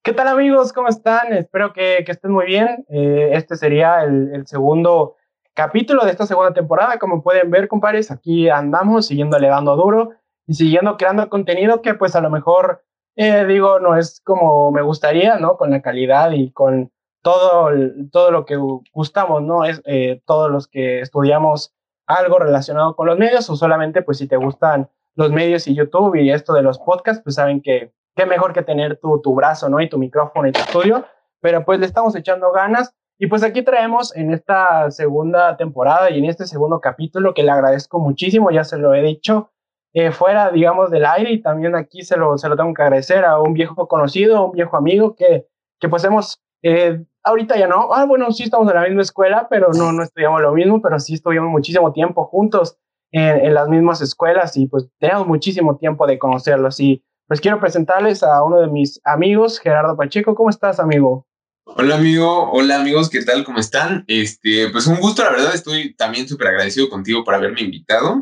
¿Qué tal amigos? ¿Cómo están? Espero que estén muy bien. Este sería el segundo capítulo de esta segunda temporada. Como pueden ver, compadres, aquí andamos siguiéndole dando duro y siguiendo creando contenido que pues a lo mejor, no es como me gustaría, ¿no? Con la calidad y con todo lo que gustamos, ¿no? Es todos los que estudiamos algo relacionado con los medios o solamente pues si te gustan los medios y YouTube y esto de los podcasts, pues saben que qué mejor que tener tu brazo, ¿no? Y tu micrófono y tu estudio, pero pues le estamos echando ganas y pues aquí traemos en esta segunda temporada y en este segundo capítulo que le agradezco muchísimo, ya se lo he dicho, fuera, digamos, del aire y también aquí se lo tengo que agradecer a un viejo conocido, a un viejo amigo que pues hemos, ahorita ya no, bueno, sí estamos en la misma escuela, pero no estudiamos lo mismo, pero sí estuvimos muchísimo tiempo juntos en las mismas escuelas y pues tenemos muchísimo tiempo de conocerlos y pues quiero presentarles a uno de mis amigos, Gerardo Pacheco. ¿Cómo estás, amigo? Hola amigo, hola amigos, ¿qué tal? ¿Cómo están? Pues un gusto, la verdad, estoy también súper agradecido contigo por haberme invitado.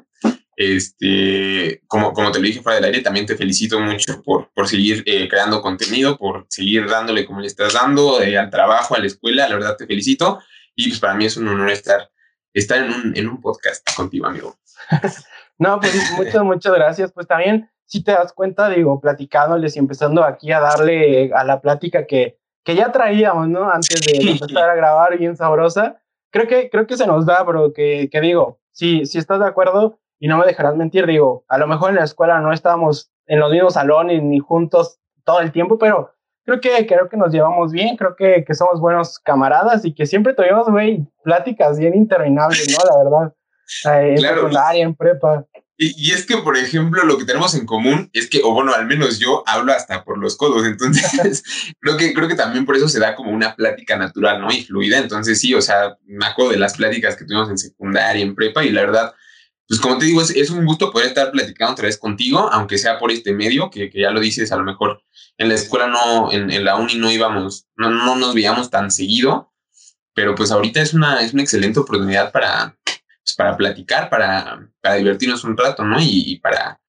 Como te lo dije fuera del aire, también te felicito mucho por seguir creando contenido, por seguir dándole como le estás dando al trabajo, a la escuela, la verdad te felicito. Y pues para mí es un honor estar en un podcast contigo, amigo. No, pues muchas gracias. Pues también, si te das cuenta, digo, platicándoles y empezando aquí a darle a la plática que ya traíamos, ¿no? Antes de empezar a grabar bien sabrosa. Creo que se nos da, bro, que digo, si estás de acuerdo y no me dejarás mentir, digo, a lo mejor en la escuela no estábamos en los mismos salones ni juntos todo el tiempo, pero creo que nos llevamos bien, creo que somos buenos camaradas y que siempre tuvimos, güey, pláticas bien interminables, ¿no? La verdad, en Claro, secundaria, en prepa. y es que, por ejemplo, lo que tenemos en común es que, o bueno, al menos yo hablo hasta por los codos, entonces creo que también por eso se da como una plática natural, ¿no? Y fluida, entonces sí, o sea, me acuerdo de las pláticas que tuvimos en secundaria, en prepa, y la verdad, pues como te digo, es un gusto poder estar platicando otra vez contigo, aunque sea por este medio, que ya lo dices, a lo mejor en la escuela no, en la uni no íbamos, no nos veíamos tan seguido, pero pues ahorita es una excelente oportunidad para platicar, para divertirnos un rato, ¿no? Y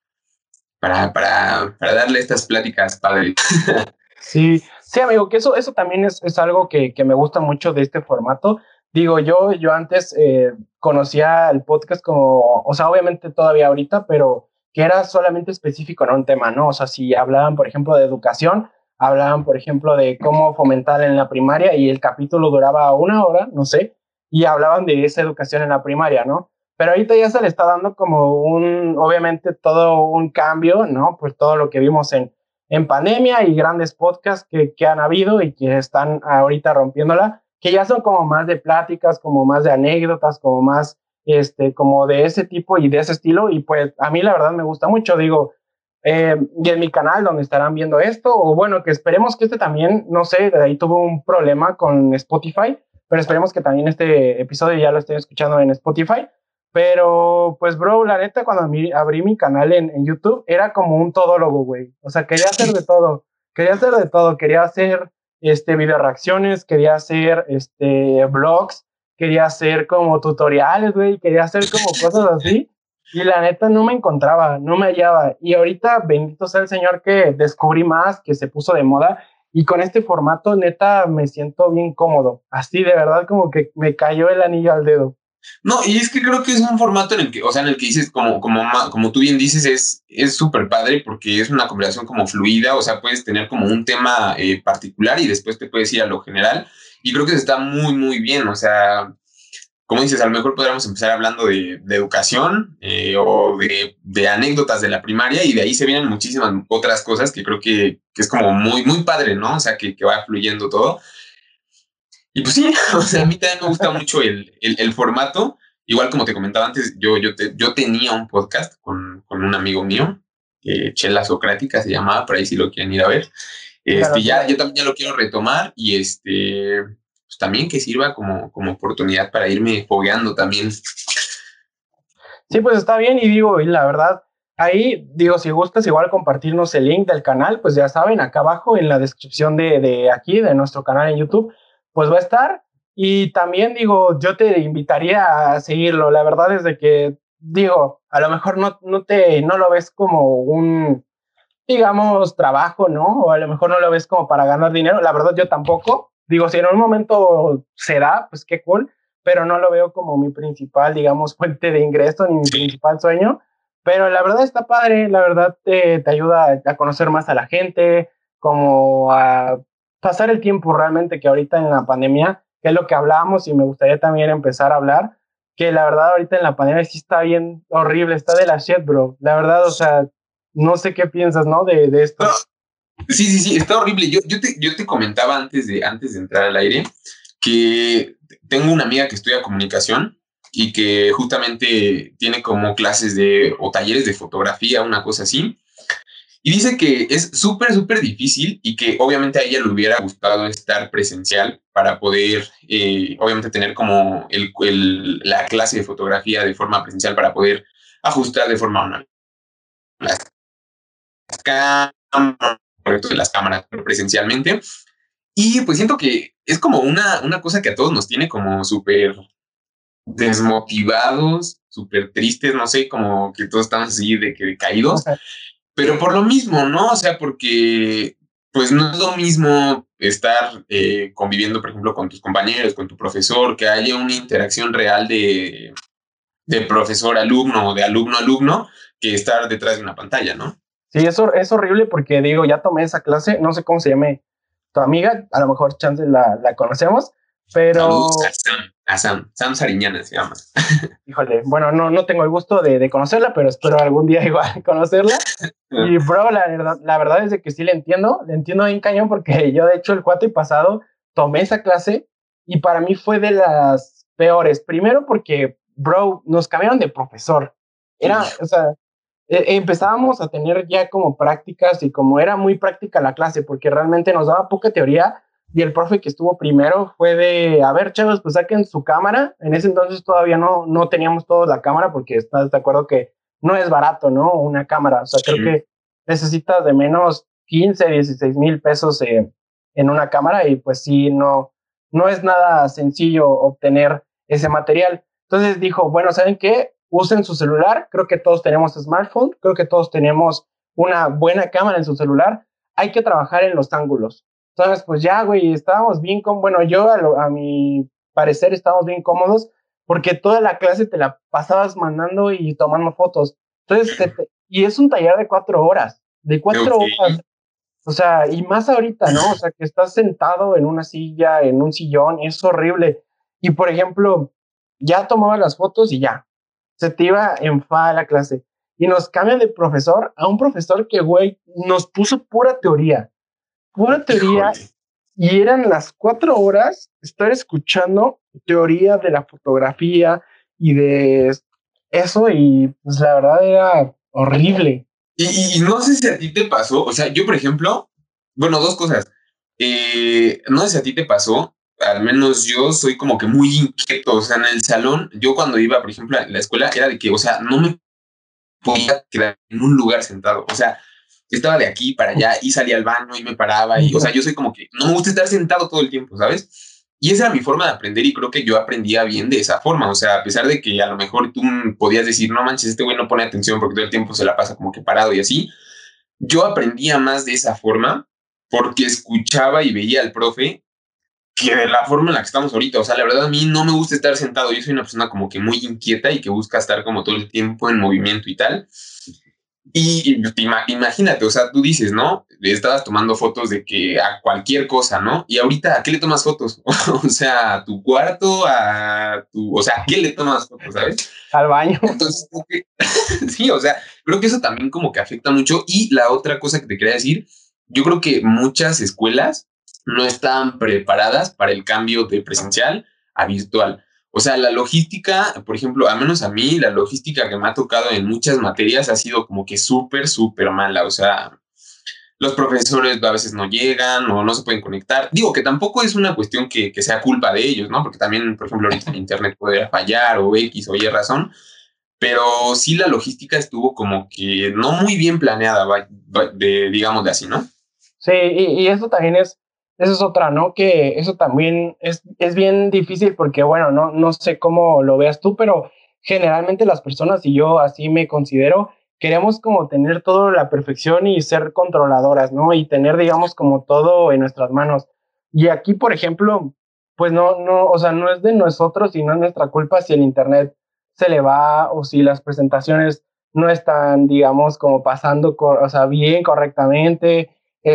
para darle estas pláticas padres. Sí, sí, amigo, que eso también es algo que me gusta mucho de este formato. Digo, yo antes conocía el podcast como, o sea, obviamente todavía ahorita, pero que era solamente específico en un tema, ¿no? O sea, si hablaban, por ejemplo, de educación, hablaban, por ejemplo, de cómo fomentar en la primaria y el capítulo duraba una hora, no sé, y hablaban de esa educación en la primaria, ¿no? Pero ahorita ya se le está dando como obviamente todo un cambio, ¿no? Pues todo lo que vimos en pandemia y grandes podcasts que han habido y que están ahorita rompiéndola, que ya son como más de pláticas, como más de anécdotas, como más, como de ese tipo y de ese estilo. Y pues a mí la verdad me gusta mucho, digo, y en mi canal donde estarán viendo esto, o bueno, que esperemos que este también, no sé, de ahí tuvo un problema con Spotify, pero esperemos que también este episodio ya lo estén escuchando en Spotify. Pero, pues, bro, la neta, cuando abrí mi canal en YouTube, era como un todólogo, güey. O sea, quería hacer de todo. Quería hacer de todo. Quería hacer, video reacciones, quería hacer, vlogs, quería hacer como tutoriales, güey. Quería hacer como cosas así. Y la neta no me encontraba, no me hallaba. Y ahorita, bendito sea el Señor que descubrí más, que se puso de moda. Y con este formato, neta, me siento bien cómodo. Así, de verdad, como que me cayó el anillo al dedo. No, y es que creo que es un formato en el que, o sea, en el que dices, como tú bien dices, es súper padre porque es una conversación como fluida, o sea, puedes tener como un tema particular y después te puedes ir a lo general. Y creo que está muy, muy bien, o sea, como dices, a lo mejor podríamos empezar hablando de educación o de anécdotas de la primaria y de ahí se vienen muchísimas otras cosas que creo que es como muy, muy padre, ¿no? O sea, que va fluyendo todo. Y pues sí, o sea, a mí también me gusta mucho el formato. Igual como te comentaba antes, yo tenía un podcast con un amigo mío, Chela Socrática se llamaba, por ahí si lo quieren ir a ver. Síganlo, Yo síganlo. también ya lo quiero retomar y pues también que sirva como oportunidad para irme fogueando también. Sí, pues está bien y digo, y la verdad, ahí digo, si gustas igual compartirnos el link del canal, pues ya saben, acá abajo en la descripción de aquí, de nuestro canal en YouTube, pues va a estar. Y también digo, yo te invitaría a seguirlo. La verdad es de que, digo, a lo mejor no lo ves como digamos, trabajo, ¿no? O a lo mejor no lo ves como para ganar dinero. La verdad, yo tampoco. Digo, si en un momento se da, pues qué cool, pero no lo veo como mi principal, digamos, fuente de ingreso ni mi principal sueño. Pero la verdad está padre, la verdad te ayuda a conocer más a la gente, como a pasar el tiempo realmente que ahorita en la pandemia, que es lo que hablábamos y me gustaría también empezar a hablar, que la verdad ahorita en la pandemia sí está bien horrible, está de la shit, bro. La verdad, o sea, no sé qué piensas, ¿no? De No, esto. sí, sí, sí, está horrible. Yo te comentaba antes de entrar al aire que tengo una amiga que estudia comunicación y que justamente tiene como clases o talleres de fotografía, una cosa así. Y dice que es súper, súper difícil y que obviamente a ella le hubiera gustado estar presencial para poder, obviamente, tener como la clase de fotografía de forma presencial para poder ajustar de forma manual las cámaras, de las cámaras presencialmente. Y pues siento que es como una cosa que a todos nos tiene como súper desmotivados, súper tristes, no sé, como que todos estamos así de que decaídos, pero por lo mismo, ¿no? O sea, porque pues no es lo mismo estar conviviendo, por ejemplo, con tus compañeros, con tu profesor, que haya una interacción real de profesor-alumno o de alumno-alumno, que estar detrás de una pantalla, ¿no? Sí, eso es horrible porque digo, ya tomé esa clase, no sé cómo se llame tu amiga, a lo mejor chance la conocemos, Saludos pero a Sam Sariñana se llama. híjole, bueno, no tengo el gusto de conocerla, pero espero algún día igual conocerla. Y bro, la verdad es de que sí le entiendo bien cañón porque yo de hecho el cuatro y pasado tomé esa clase y para mí fue de las peores. Primero porque, bro, nos cambiaron de profesor. Era, o sea, empezábamos a tener ya como prácticas y como era muy práctica la clase porque realmente nos daba poca teoría y el profe que estuvo primero fue de, a ver, chavos, pues saquen su cámara. En ese entonces todavía no teníamos todos la cámara porque estás de acuerdo que no es barato, ¿no? Una cámara. O sea, creo Sí. que necesitas de menos 15, 16,000 pesos en una cámara y pues sí, no es nada sencillo obtener ese material. Entonces dijo, bueno, ¿saben qué? Usen su celular. Creo que todos tenemos smartphone. Creo que todos tenemos una buena cámara en su celular. Hay que trabajar en los ángulos. Entonces, pues ya, güey, estábamos bien bueno, yo a mi parecer estábamos bien cómodos porque toda la clase te la pasabas mandando y tomando fotos. Entonces, y es un taller de 4 horas, de cuatro Ok. horas. O sea, y más ahorita, ¿no? O sea, que estás sentado en una silla, en un sillón, es horrible. Y por ejemplo, ya tomaba las fotos y ya, se te iba en fa la clase. Y nos cambian de profesor a un profesor que, güey, nos puso pura teoría, Híjole. y eran las 4 horas estar escuchando teoría de la fotografía y de eso, y pues la verdad era horrible. Y no sé si a ti te pasó, o sea, yo, por ejemplo, bueno, dos cosas. No sé si a ti te pasó, al menos yo soy como que muy inquieto, o sea, en el salón, yo cuando iba, por ejemplo, a la escuela, era de que, o sea, no me podía quedar en un lugar sentado, o sea, estaba de aquí para allá y salía al baño y me paraba y, o sea, yo soy como que no me gusta estar sentado todo el tiempo, ¿sabes? Y esa era mi forma de aprender y creo que yo aprendía bien de esa forma, o sea, a pesar de que a lo mejor tú podías decir, no manches, este güey no pone atención porque todo el tiempo se la pasa como que parado y así, yo aprendía más de esa forma porque escuchaba y veía al profe que de la forma en la que estamos ahorita. O sea, la verdad a mí no me gusta estar sentado. Yo soy una persona como que muy inquieta y que busca estar como todo el tiempo en movimiento y tal. Y imagínate, o sea, tú dices, ¿no? Estabas tomando fotos de que a cualquier cosa, ¿no? Y ahorita, ¿a qué le tomas fotos? O sea, a tu cuarto, o sea, ¿a qué le tomas fotos, sabes? Al baño. Entonces, sí, o sea, creo que eso también como que afecta mucho. Y la otra cosa que te quería decir, yo creo que muchas escuelas no están preparadas para el cambio de presencial a virtual. O sea, la logística, por ejemplo, al menos a mí, la logística que me ha tocado en muchas materias ha sido como que súper, súper mala. O sea, los profesores a veces no llegan o no se pueden conectar. Digo que tampoco es una cuestión que sea culpa de ellos, ¿no? Porque también, por ejemplo, ahorita el internet puede fallar o X o Y razón, pero sí la logística estuvo como que no muy bien planeada, digamos de así, ¿no? Sí, y eso también eso es otra, ¿no? Que eso también es bien difícil porque, bueno, no sé cómo lo veas tú, pero generalmente las personas, y yo así me considero, queremos como tener todo a la perfección y ser controladoras, ¿no? Y tener, digamos, como todo en nuestras manos. Y aquí, por ejemplo, pues o sea, no es de nosotros y no es nuestra culpa si el internet se le va o si las presentaciones no están, digamos, como pasando, o sea, bien, correctamente.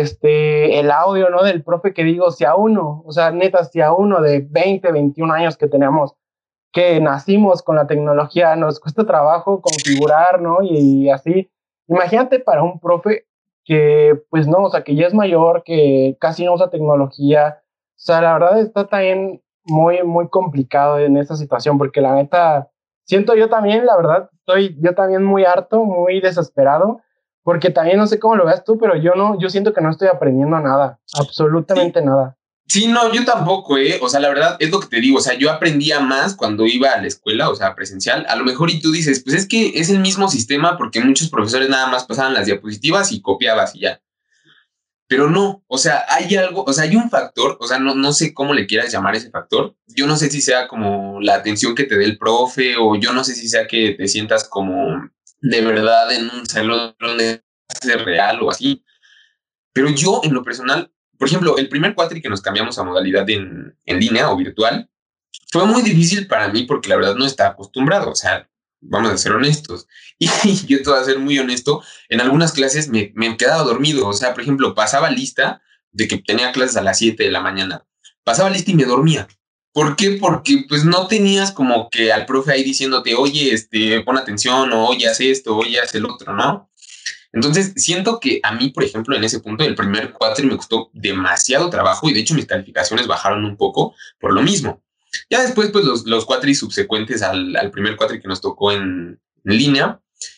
El audio, ¿no? Del profe que digo, si a uno, o sea, neta, si a uno de 20, 21 años que tenemos, que nacimos con la tecnología, nos cuesta trabajo configurar, ¿no? Y así, imagínate para un profe que, pues no, o sea, que ya es mayor, que casi no usa tecnología, o sea, la verdad está también muy, muy complicado en esta situación, porque la neta, siento yo también, la verdad, estoy yo también muy harto, muy desesperado, porque también no sé cómo lo veas tú, pero yo no, yo siento que no estoy aprendiendo nada, Sí, absolutamente nada. sí, no, yo tampoco, ¿eh? O sea, la verdad es lo que te digo, o sea, yo aprendía más cuando iba a la escuela, o sea, presencial, a lo mejor y tú dices, pues es que es el mismo sistema porque muchos profesores nada más pasaban las diapositivas y copiabas y ya. Pero no, o sea, hay algo, o sea, hay un factor, o sea, no sé cómo le quieras llamar ese factor. Yo no sé si sea como la atención que te dé el profe o yo no sé si sea que te sientas como de verdad en un salón de clase real o así. Pero yo, en lo personal, por ejemplo, el primer cuatri que nos cambiamos a modalidad en línea o virtual, fue muy difícil para mí porque la verdad no estaba acostumbrado, o sea, vamos a ser honestos. Y yo te voy a ser muy honesto, en algunas clases me quedaba dormido, o sea, por ejemplo, pasaba lista de que tenía clases a las 7 de la mañana, pasaba lista y me dormía. ¿Por qué? Porque pues no tenías como que al profe ahí diciéndote, oye, pon atención, o oye, haz esto, oye, haz el otro, ¿no? Entonces, siento que a mí, por ejemplo, en ese punto, el primer cuatri me costó demasiado trabajo y de hecho mis calificaciones bajaron un poco por lo mismo. Ya después, pues los cuatris subsecuentes al primer cuatri que nos tocó en línea,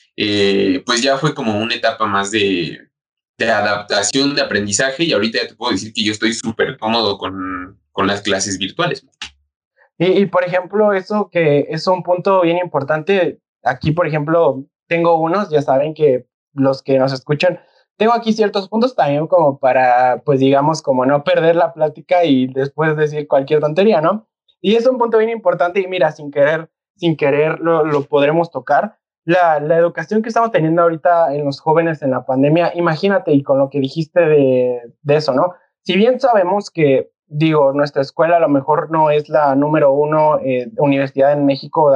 pues ya fue como una etapa más de adaptación, de aprendizaje y ahorita ya te puedo decir que yo estoy súper cómodo con las clases virtuales. Por ejemplo, eso que es un punto bien importante. Aquí, por ejemplo, tengo unos, ya saben que los que nos escuchan, tengo aquí ciertos puntos también como para, pues digamos, como no perder la plática y después decir cualquier tontería, ¿no? Y es un punto bien importante y mira, sin querer lo podremos tocar. La educación que estamos teniendo ahorita en los jóvenes en la pandemia, imagínate y con lo que dijiste de eso, ¿no? Si bien sabemos que digo, nuestra escuela a lo mejor no es la número uno universidad en México,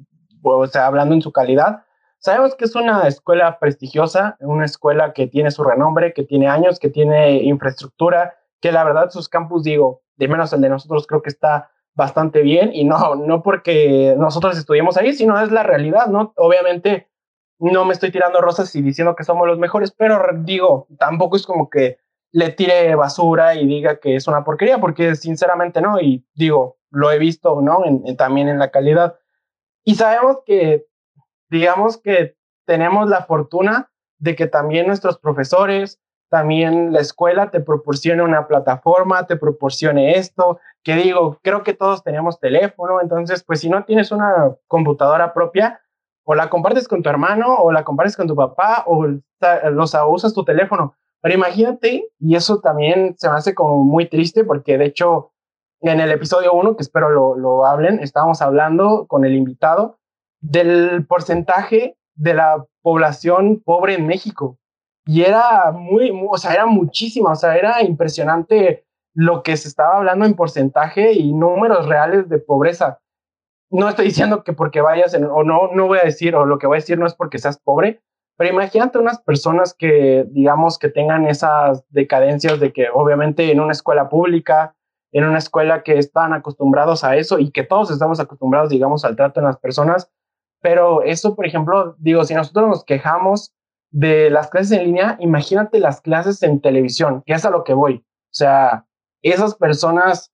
o sea, hablando en su calidad. Sabemos que es una escuela prestigiosa, una escuela que tiene su renombre, que tiene años, que tiene infraestructura, que la verdad sus campus, digo, de menos el de nosotros creo que está bastante bien y no porque nosotros estudiemos ahí, sino es la realidad, ¿no? Obviamente no me estoy tirando rosas y diciendo que somos los mejores, pero digo, tampoco es como que le tire basura y diga que es una porquería, porque sinceramente no, y digo, lo he visto, ¿no? También en la calidad. Y sabemos que, digamos que tenemos la fortuna de que también nuestros profesores, también la escuela te proporcione una plataforma, te proporcione esto, que digo, creo que todos tenemos teléfono, entonces, pues si no tienes una computadora propia, o la compartes con tu hermano, o la compartes con tu papá, o los usas tu teléfono. Pero imagínate, y eso también se me hace como muy triste, porque de hecho, en el episodio 1, que espero lo hablen, estábamos hablando con el invitado del porcentaje de la población pobre en México. Y era o sea, era muchísima, o sea, era impresionante lo que se estaba hablando en porcentaje y números reales de pobreza. No estoy diciendo que porque vayas o no voy a decir, o lo que voy a decir no es porque seas pobre, pero imagínate unas personas que, digamos, que tengan esas decadencias de que obviamente en una escuela pública, en una escuela que están acostumbrados a eso y que todos estamos acostumbrados, digamos, al trato en las personas, pero eso, por ejemplo, digo, si nosotros nos quejamos de las clases en línea, imagínate las clases en televisión, que es a lo que voy. O sea, esas personas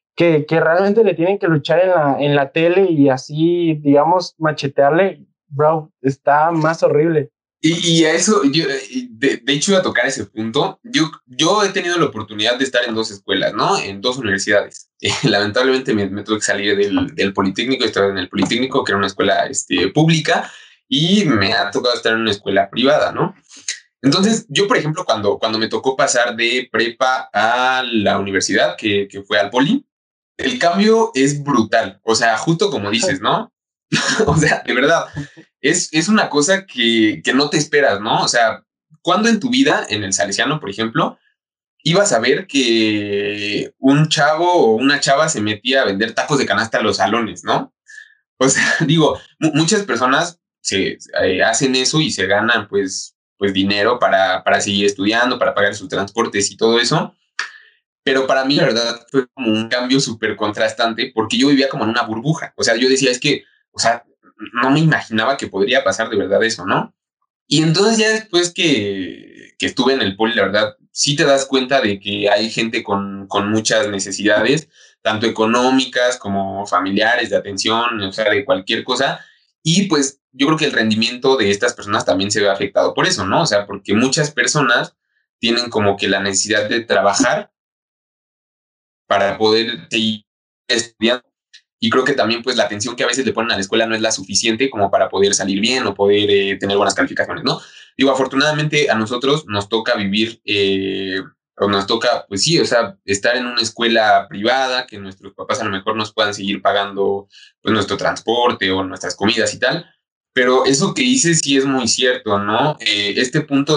que realmente le tienen que luchar en la tele y así, digamos, machetearle, bro, está más horrible. Y a eso, yo, de hecho, iba a tocar ese punto. Yo he tenido la oportunidad de estar en dos escuelas, ¿no? En dos universidades. Lamentablemente me tuve que salir del Politécnico, estaba en el Politécnico, que era una escuela pública, y me ha tocado estar en una escuela privada, ¿no? Entonces, yo, por ejemplo, cuando me tocó pasar de prepa a la universidad, que fue al Poli, el cambio es brutal. O sea, justo como dices, ¿no? O sea, de verdad, es una cosa que no te esperas, ¿no? O sea, ¿cuándo en tu vida, en el Salesiano, por ejemplo, ibas a ver que un chavo o una chava se metía a vender tacos de canasta a los salones, ¿no? O sea, digo, muchas personas hacen eso y se ganan pues dinero para seguir estudiando, para pagar sus transportes y todo eso. Pero para mí, la verdad, fue como un cambio súper contrastante porque yo vivía como en una burbuja. O sea, yo decía, es que, o sea, no me imaginaba que podría pasar de verdad eso, ¿no? Y entonces ya después que estuve en el poli, la verdad, sí te das cuenta de que hay gente con muchas necesidades, tanto económicas como familiares, de atención, o sea, de cualquier cosa. Y pues yo creo que el rendimiento de estas personas también se ve afectado por eso, ¿no? O sea, porque muchas personas tienen como que la necesidad de trabajar para poder seguir estudiando. Y creo que también pues la atención que a veces le ponen a la escuela no es la suficiente como para poder salir bien o poder tener buenas calificaciones, ¿no? Digo, afortunadamente a nosotros nos toca vivir, o nos toca, pues sí, o sea, estar en una escuela privada, que nuestros papás a lo mejor nos puedan seguir pagando pues nuestro transporte o nuestras comidas y tal. Pero eso que dices sí es muy cierto, ¿no? Este punto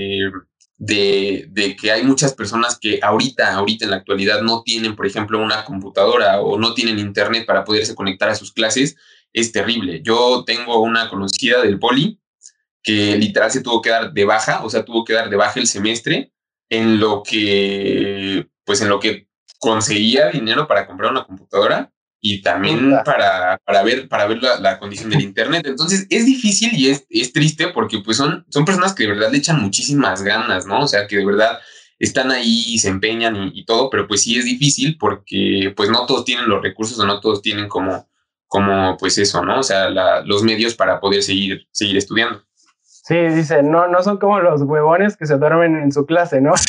de que hay muchas personas que ahorita en la actualidad no tienen, por ejemplo, una computadora o no tienen internet para poderse conectar a sus clases, es terrible. Yo tengo una conocida del poli que literal se tuvo que dar de baja, o sea, tuvo que dar de baja el semestre pues en lo que conseguía dinero para comprar una computadora y también para ver la condición del internet. Entonces es difícil y es triste porque pues son personas que de verdad le echan muchísimas ganas, ¿no? O sea, que de verdad están ahí y se empeñan y todo, pero pues sí es difícil porque pues no todos tienen los recursos o no todos tienen como pues eso, ¿no? O sea, los medios para poder seguir estudiando. Sí, dice, no, no son como los huevones que se duermen en su clase, ¿no?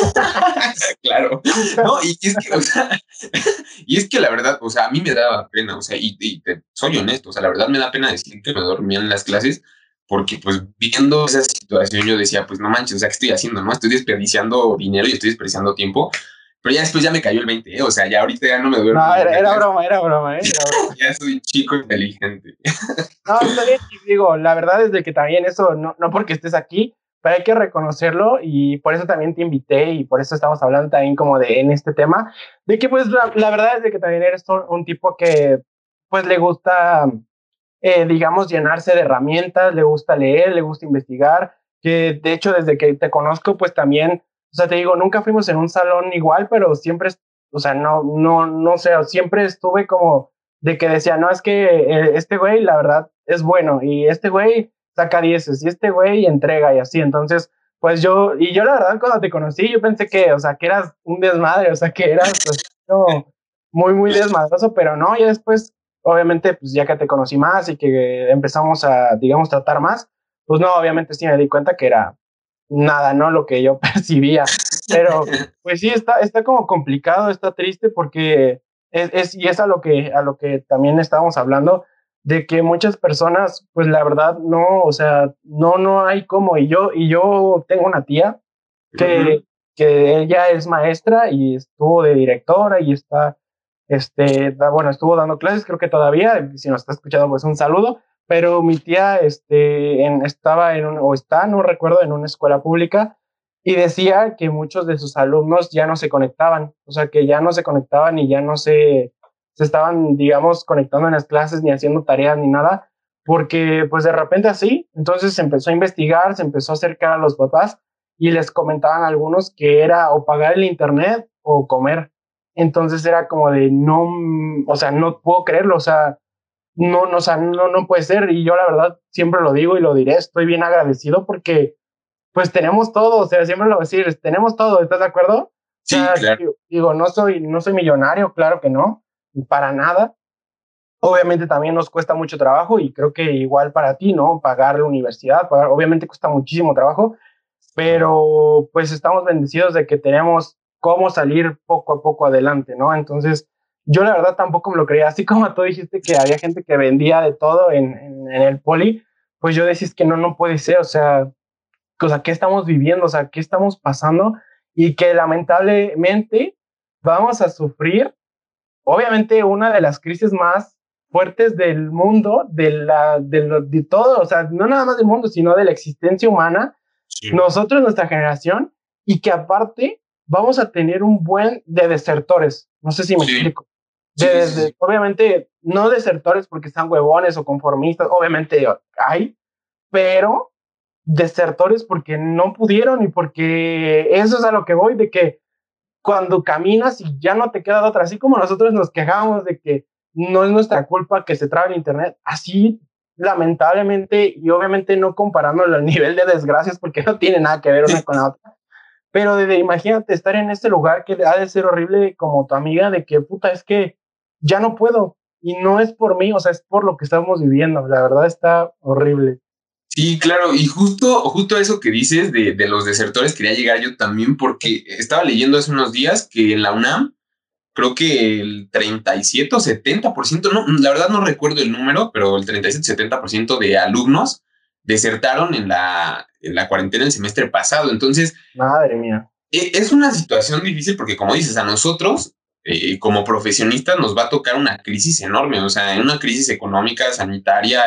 Claro. No, y es que, o sea, y es que la verdad, o sea, a mí me daba pena, o sea, soy honesto, o sea, la verdad me da pena decir que me dormía en las clases, porque pues viendo esa situación yo decía, pues no manches, o sea, ¿qué estoy haciendo, no? Estoy desperdiciando dinero y estoy desperdiciando tiempo, pero ya después ya me cayó el 20, ¿eh? O sea, ya ahorita ya no me duermo. No, En la era clase, broma, era broma, ¿eh? Era broma. ya soy un chico inteligente. No, está bien, y digo, la verdad es de que también eso, no, no porque estés aquí, pero hay que reconocerlo y por eso también te invité y por eso estamos hablando también como de en este tema, de que pues la verdad es de que también eres un tipo que pues le gusta, digamos, llenarse de herramientas, le gusta leer, le gusta investigar, que de hecho desde que te conozco pues también, o sea, te digo, nunca fuimos en un salón igual, pero siempre, o sea, no sé, siempre estuve como de que decía, no, es que este güey la verdad es bueno y este güey saca dieces y este güey entrega y así, entonces, pues yo la verdad cuando te conocí yo pensé que, o sea, que eras un desmadre, o sea, que eras pues, no, muy desmadroso, pero no, y después obviamente, pues ya que te conocí más y que empezamos a, digamos, tratar más, pues no, obviamente sí me di cuenta que era nada, ¿no? Lo que yo percibía. Pero, pues sí, está como complicado, está triste porque y es a lo que también estábamos hablando, de que muchas personas, pues la verdad, no, o sea, no hay como, y yo tengo una tía que, que ella es maestra y estuvo de directora y está, bueno, estuvo dando clases, creo que todavía, si nos está escuchando, pues un saludo, pero mi tía, estaba o está, no recuerdo, en una escuela pública y decía que muchos de sus alumnos ya no se conectaban, o sea, que ya no se conectaban y ya no se estaban, digamos, conectando en las clases ni haciendo tareas ni nada, porque pues de repente así, entonces se empezó a investigar, se empezó a acercar a los papás y les comentaban algunos que era o pagar el internet o comer. Entonces era como de no, o sea, no puedo creerlo, o sea, o sea, no puede ser. Y yo la verdad siempre lo digo y lo diré, estoy bien agradecido porque pues tenemos todo, o sea, siempre lo voy a decir, tenemos todo, ¿estás de acuerdo? O Sí, sea, claro. digo, no soy millonario, claro que no, para nada. Obviamente también nos cuesta mucho trabajo y creo que igual para ti, ¿no? Pagar la universidad, obviamente cuesta muchísimo trabajo, pero pues estamos bendecidos de que tenemos cómo salir poco a poco adelante, ¿no? Entonces, yo la verdad tampoco me lo creía, así como tú dijiste que había gente que vendía de todo en el poli, pues yo decís que no puede ser, o sea, ¿qué estamos viviendo? O sea, ¿qué estamos pasando? Y que lamentablemente vamos a sufrir, obviamente, una de las crisis más fuertes del mundo, de todo, o sea, no nada más del mundo, sino de la existencia humana, Sí, nosotros, nuestra generación, y que aparte vamos a tener un buen de desertores, no sé si me sí, explico. sí, sí, sí. Obviamente, no desertores porque están huevones o conformistas, obviamente hay, pero desertores porque no pudieron y porque eso es a lo que voy, de que cuando caminas y ya no te queda de otra, así como nosotros nos quejamos de que no es nuestra culpa que se trabe el internet, así lamentablemente y obviamente no comparándolo al nivel de desgracias porque no tiene nada que ver una con la otra, pero imagínate estar en este lugar que ha de ser horrible como tu amiga de que puta es que ya no puedo y no es por mí, o sea, es por lo que estamos viviendo, la verdad está horrible. Sí, claro, y justo eso que dices de los desertores quería llegar yo también porque estaba leyendo hace unos días que en la UNAM creo que el 37 o 70%, no, la verdad no recuerdo el número, pero el 37-70% de alumnos desertaron en la cuarentena el semestre pasado. Entonces, Madre mía. es una situación difícil porque, como dices, a nosotros, como profesionistas, nos va a tocar una crisis enorme, o sea, una crisis económica, sanitaria,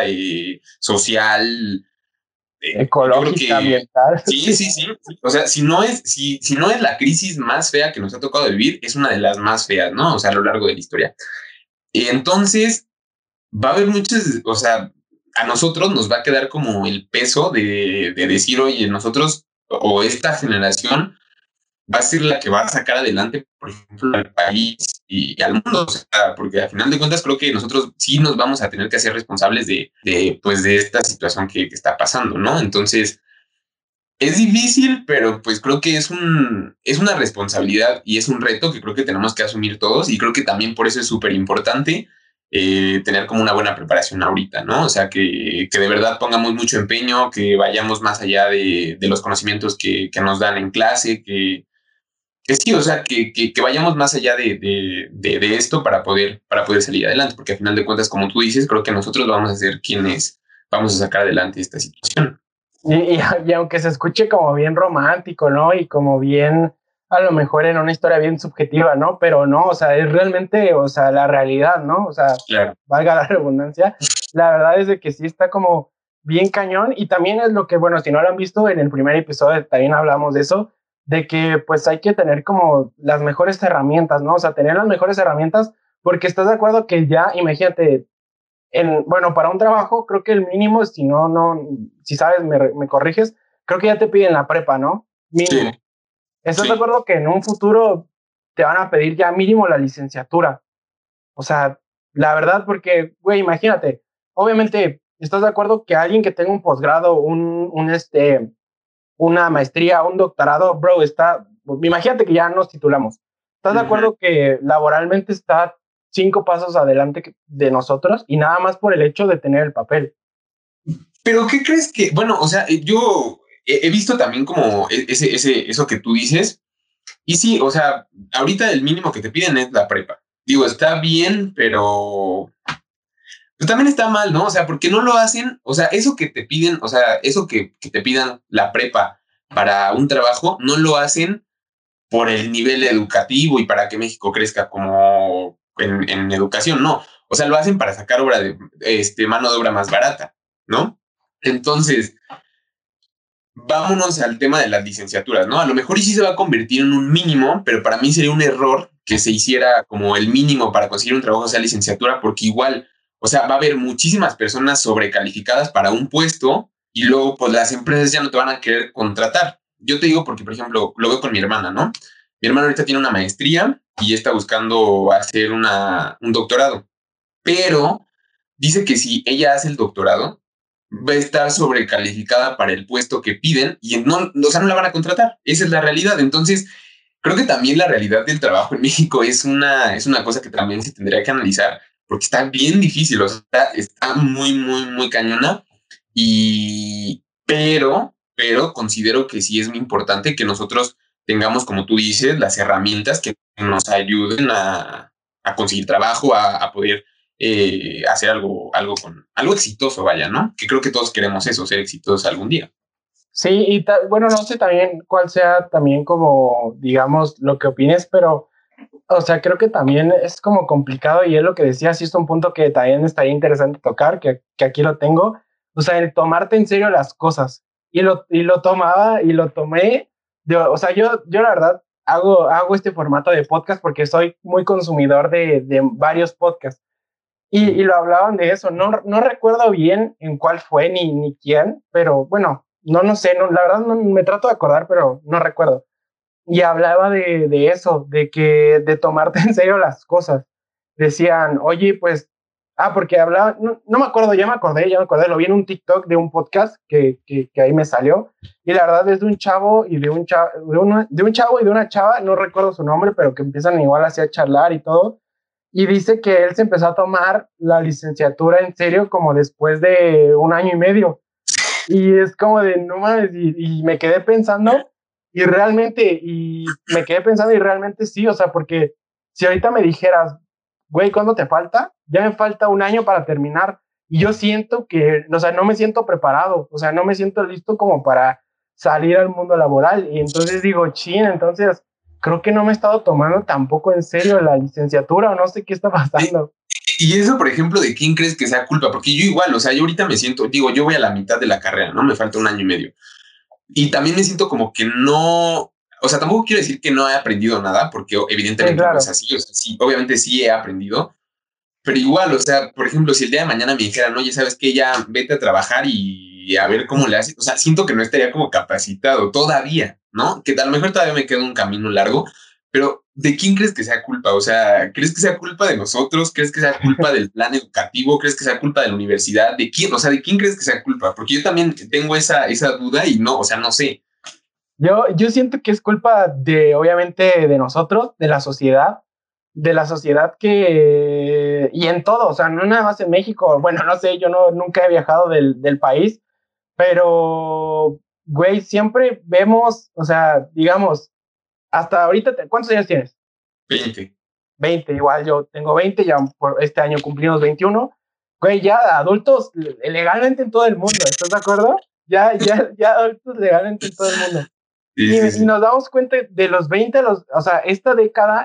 social. Yo creo Ecológica, que ambiental, sí, sí. sí, sí. O sea, si no es la crisis más fea que nos ha tocado vivir, es una de las más feas, ¿no? O sea, a lo largo de la historia. Y entonces va a haber muchas, o sea, a nosotros nos va a quedar como el peso de decir, oye, nosotros o esta generación va a ser la que va a sacar adelante, por ejemplo, al país y al mundo, o sea, porque al final de cuentas creo que nosotros sí nos vamos a tener que hacer responsables pues, de esta situación que está pasando, ¿no? Entonces, es difícil, pero pues creo que es una responsabilidad y es un reto que creo que tenemos que asumir todos y creo que también por eso es súper importante tener como una buena preparación ahorita, ¿no? O sea, que de verdad pongamos mucho empeño, que vayamos más allá de los conocimientos que nos dan en clase, que sí, o sea, que vayamos más allá de esto para poder salir adelante, porque al final de cuentas, como tú dices, creo que nosotros vamos a ser quienes vamos a sacar adelante esta situación. Y aunque se escuche como bien romántico, ¿no? Y como bien, a lo mejor en una historia bien subjetiva, ¿no? Pero no, o sea, es realmente, o sea, la realidad, ¿no? O sea, Claro. valga la redundancia, la verdad es de que sí está como bien cañón y también es lo que, bueno, si no lo han visto en el primer episodio, también hablamos de eso, de que pues hay que tener como las mejores herramientas, ¿no? O sea, tener las mejores herramientas porque estás de acuerdo que ya, imagínate, bueno, para un trabajo, creo que el mínimo, si si sabes, me corriges, creo que ya te piden la prepa, ¿no? Sí, Mínimo. ¿Estás de sí. acuerdo que en un futuro te van a pedir ya mínimo la licenciatura? O sea, la verdad, porque, güey, imagínate, obviamente, ¿estás de acuerdo que alguien que tenga un posgrado, una maestría, un doctorado, bro, imagínate que ya nos titulamos. ¿Estás de Ujú. acuerdo que laboralmente está 5 pasos adelante de nosotros y nada más por el hecho de tener el papel? Pero ¿qué crees que, bueno, o sea, yo he visto también como eso que tú dices, y sí, o sea, ahorita el mínimo que te piden es la prepa. Digo, está bien, pero también está mal, ¿no? O sea, porque no lo hacen, o sea, eso que te piden, o sea, eso que te pidan la prepa para un trabajo, no lo hacen por el nivel educativo y para que México crezca como en educación, no. O sea, lo hacen para sacar mano de obra más barata, ¿no? Entonces, vámonos al tema de las licenciaturas, ¿no? A lo mejor y sí se va a convertir en un mínimo, pero para mí sería un error que se hiciera como el mínimo para conseguir un trabajo, sea licenciatura, porque igual, o sea, va a haber muchísimas personas sobrecalificadas para un puesto y luego pues las empresas ya no te van a querer contratar. Yo te digo porque, por ejemplo, lo veo con mi hermana, ¿no? Mi hermana ahorita tiene una maestría y está buscando hacer un doctorado, pero dice que si ella hace el doctorado, va a estar sobrecalificada para el puesto que piden y no, o sea, no la van a contratar. Esa es la realidad. Entonces, creo que también la realidad del trabajo en México es una cosa que también se tendría que analizar porque está bien difícil, o sea, está muy, muy, muy cañona pero considero que sí es muy importante que nosotros tengamos, como tú dices, las herramientas que nos ayuden a conseguir trabajo, a poder hacer algo exitoso, vaya, ¿no? Que creo que todos queremos eso, ser exitosos algún día. Sí, y bueno, no sé también cuál sea también como, digamos, lo que opines, pero O sea, creo que también es como complicado y es lo que decía, sí es un punto que también estaría interesante tocar, que aquí lo tengo. O sea, el tomarte en serio las cosas. Y lo tomaba y lo tomé. O sea, yo la verdad hago este formato de podcast porque soy muy consumidor de varios podcasts. Y lo hablaban de eso. No recuerdo bien en cuál fue ni quién, pero bueno, no sé, no, la verdad no me trato de acordar, pero no recuerdo y hablaba de eso, de tomarte en serio las cosas. Decían, oye, pues, porque hablaba, no me acuerdo, ya me acordé, lo vi en un TikTok de un podcast que ahí me salió, y la verdad es de un chavo y de un chavo y de una chava, no recuerdo su nombre, pero que empiezan igual así a charlar y todo, y dice que él se empezó a tomar la licenciatura en serio como después de un año y medio, y es como de, no mames, y me quedé pensando, y realmente sí, o sea, porque si ahorita me dijeras, güey, ¿cuándo te falta? Ya me falta un año para terminar, y yo siento que, o sea, no me siento preparado, o sea, no me siento listo como para salir al mundo laboral, y entonces digo, chin, entonces creo que no me he estado tomando tampoco en serio la licenciatura, o no sé qué está pasando. Y eso, por ejemplo, ¿de quién crees que sea culpa? Porque yo igual, o sea, yo ahorita me siento, digo, yo voy a la mitad de la carrera, ¿no? Me falta un año y medio. Y también me siento como que no, o sea, tampoco quiero decir que no he aprendido nada, porque Sí, evidentemente no es claro, así, o sea, sí, obviamente sí he aprendido, pero igual, o sea, por ejemplo, si el día de mañana me dijeran, oye, ¿sabes qué? Ya vete a trabajar y a ver cómo le haces, o sea, siento que no estaría como capacitado todavía, ¿no? Que a lo mejor todavía me queda un camino largo, pero ¿de quién crees que sea culpa? O sea, ¿crees que sea culpa de nosotros? ¿Crees que sea culpa del plan educativo? ¿Crees que sea culpa de la universidad? ¿De quién? O sea, ¿de quién crees que sea culpa? Porque yo también tengo esa duda y no, o sea, no sé. yo siento que es culpa de, obviamente, de nosotros, de la sociedad que, y en todo, o sea, no nada más en México, bueno, no sé, yo nunca he viajado del país, pero, güey, siempre vemos, o sea, digamos, hasta ahorita, ¿cuántos años tienes? 20. 20 igual yo tengo 20 ya por este año cumplimos 21 güey, ya adultos legalmente en todo el mundo, ¿estás de acuerdo? Ya adultos legalmente en todo el mundo. Sí, sí, Y sí. nos damos cuenta de los 20 o sea, esta década,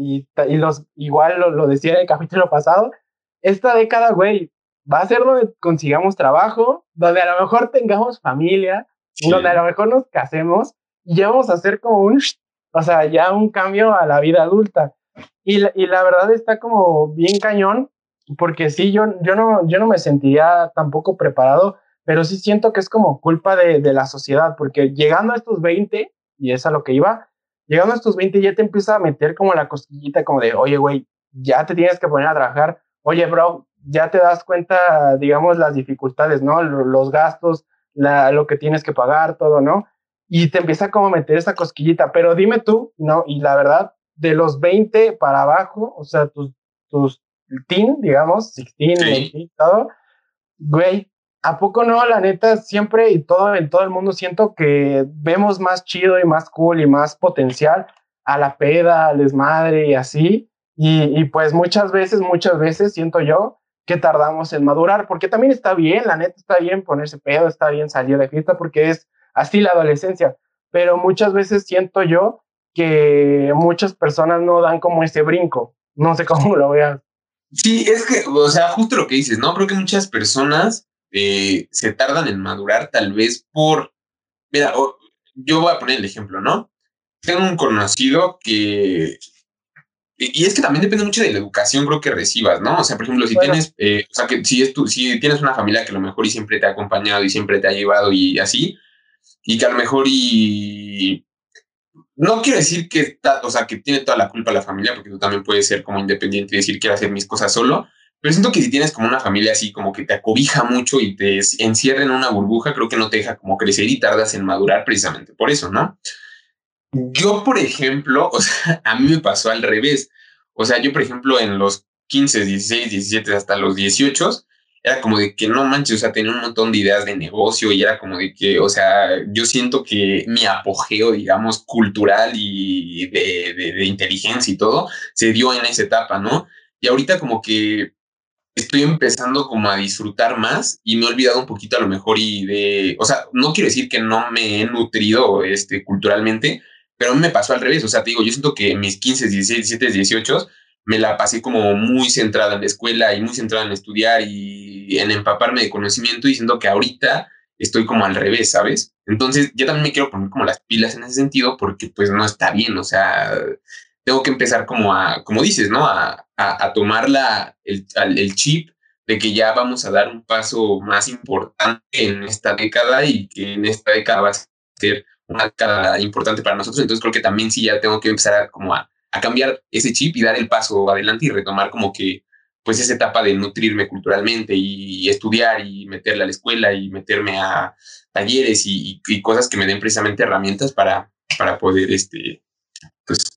igual lo decía en el capítulo pasado, esta década, güey, va a ser donde consigamos trabajo, donde a lo mejor tengamos familia, donde a lo Sí. mejor nos casemos, y ya vamos a hacer como o sea, ya un cambio a la vida adulta. Y la verdad está como bien cañón, porque sí, yo no me sentía tampoco preparado, pero sí siento que es como culpa de la sociedad, porque llegando a estos 20 y es a lo que iba, llegando a estos 20 ya te empieza a meter como la cosquillita como de, oye, güey, ya te tienes que poner a trabajar, oye, bro, ya te das cuenta, digamos, las dificultades, ¿no? Los gastos, lo que tienes que pagar, todo, ¿no? Y te empieza como a meter esa cosquillita, pero dime tú, ¿no? Y la verdad, de los 20 para abajo, o sea, tus teen, digamos, 16, Sí. 18, todo, güey, ¿a poco no? La neta, siempre y todo en todo el mundo siento que vemos más chido y más cool y más potencial a la peda, al desmadre y así. Y pues muchas veces siento yo que tardamos en madurar, porque también está bien, la neta está bien ponerse pedo, está bien salir de fiesta, porque es así la adolescencia. Pero muchas veces siento yo que muchas personas no dan como ese brinco. No sé cómo lo veas. Sí, es que, o sea, justo lo que dices, ¿no? Creo que muchas personas se tardan en madurar tal vez por, mira, yo voy a poner el ejemplo, ¿no? Tengo un conocido que, y es que también depende mucho de la educación, creo que recibas, ¿no? O sea, por ejemplo, si Bueno, tienes, o sea, que si tienes una familia que a lo mejor y siempre te ha acompañado y siempre te ha llevado y así, y que a lo mejor y no quiero decir que, o sea, que tiene toda la culpa la familia, porque tú también puedes ser como independiente y decir quiero hacer mis cosas solo, pero siento que si tienes como una familia así, como que te acobija mucho y te encierra en una burbuja, creo que no te deja como crecer y tardas en madurar precisamente por eso, ¿no? Yo, por ejemplo, o sea, a mí me pasó al revés. O sea, yo, por ejemplo, en los 15, 16, 17 hasta los 18, era como de que no manches, o sea, tenía un montón de ideas de negocio y era como de que, o sea, yo siento que mi apogeo, digamos, cultural y de inteligencia y todo, se dio en esa etapa, ¿no? Y ahorita como que estoy empezando como a disfrutar más y me he olvidado un poquito a lo mejor y de, o sea, no quiero decir que no me he nutrido culturalmente, pero a mí me pasó al revés, o sea, te digo, yo siento que en mis 15, 16, 17, 18 me la pasé como muy centrada en la escuela y muy centrada en estudiar y en empaparme de conocimiento, y siento que ahorita estoy como al revés, ¿sabes? Entonces, yo también me quiero poner como las pilas en ese sentido porque pues no está bien, o sea, tengo que empezar como a, como dices, ¿no? A tomar el chip de que ya vamos a dar un paso más importante en esta década y que en esta década va a ser una década importante para nosotros. Entonces creo que también sí ya tengo que empezar a cambiar ese chip y dar el paso adelante y retomar como que pues esa etapa de nutrirme culturalmente y estudiar y meterle a la escuela y meterme a talleres y cosas que me den precisamente herramientas para poder pues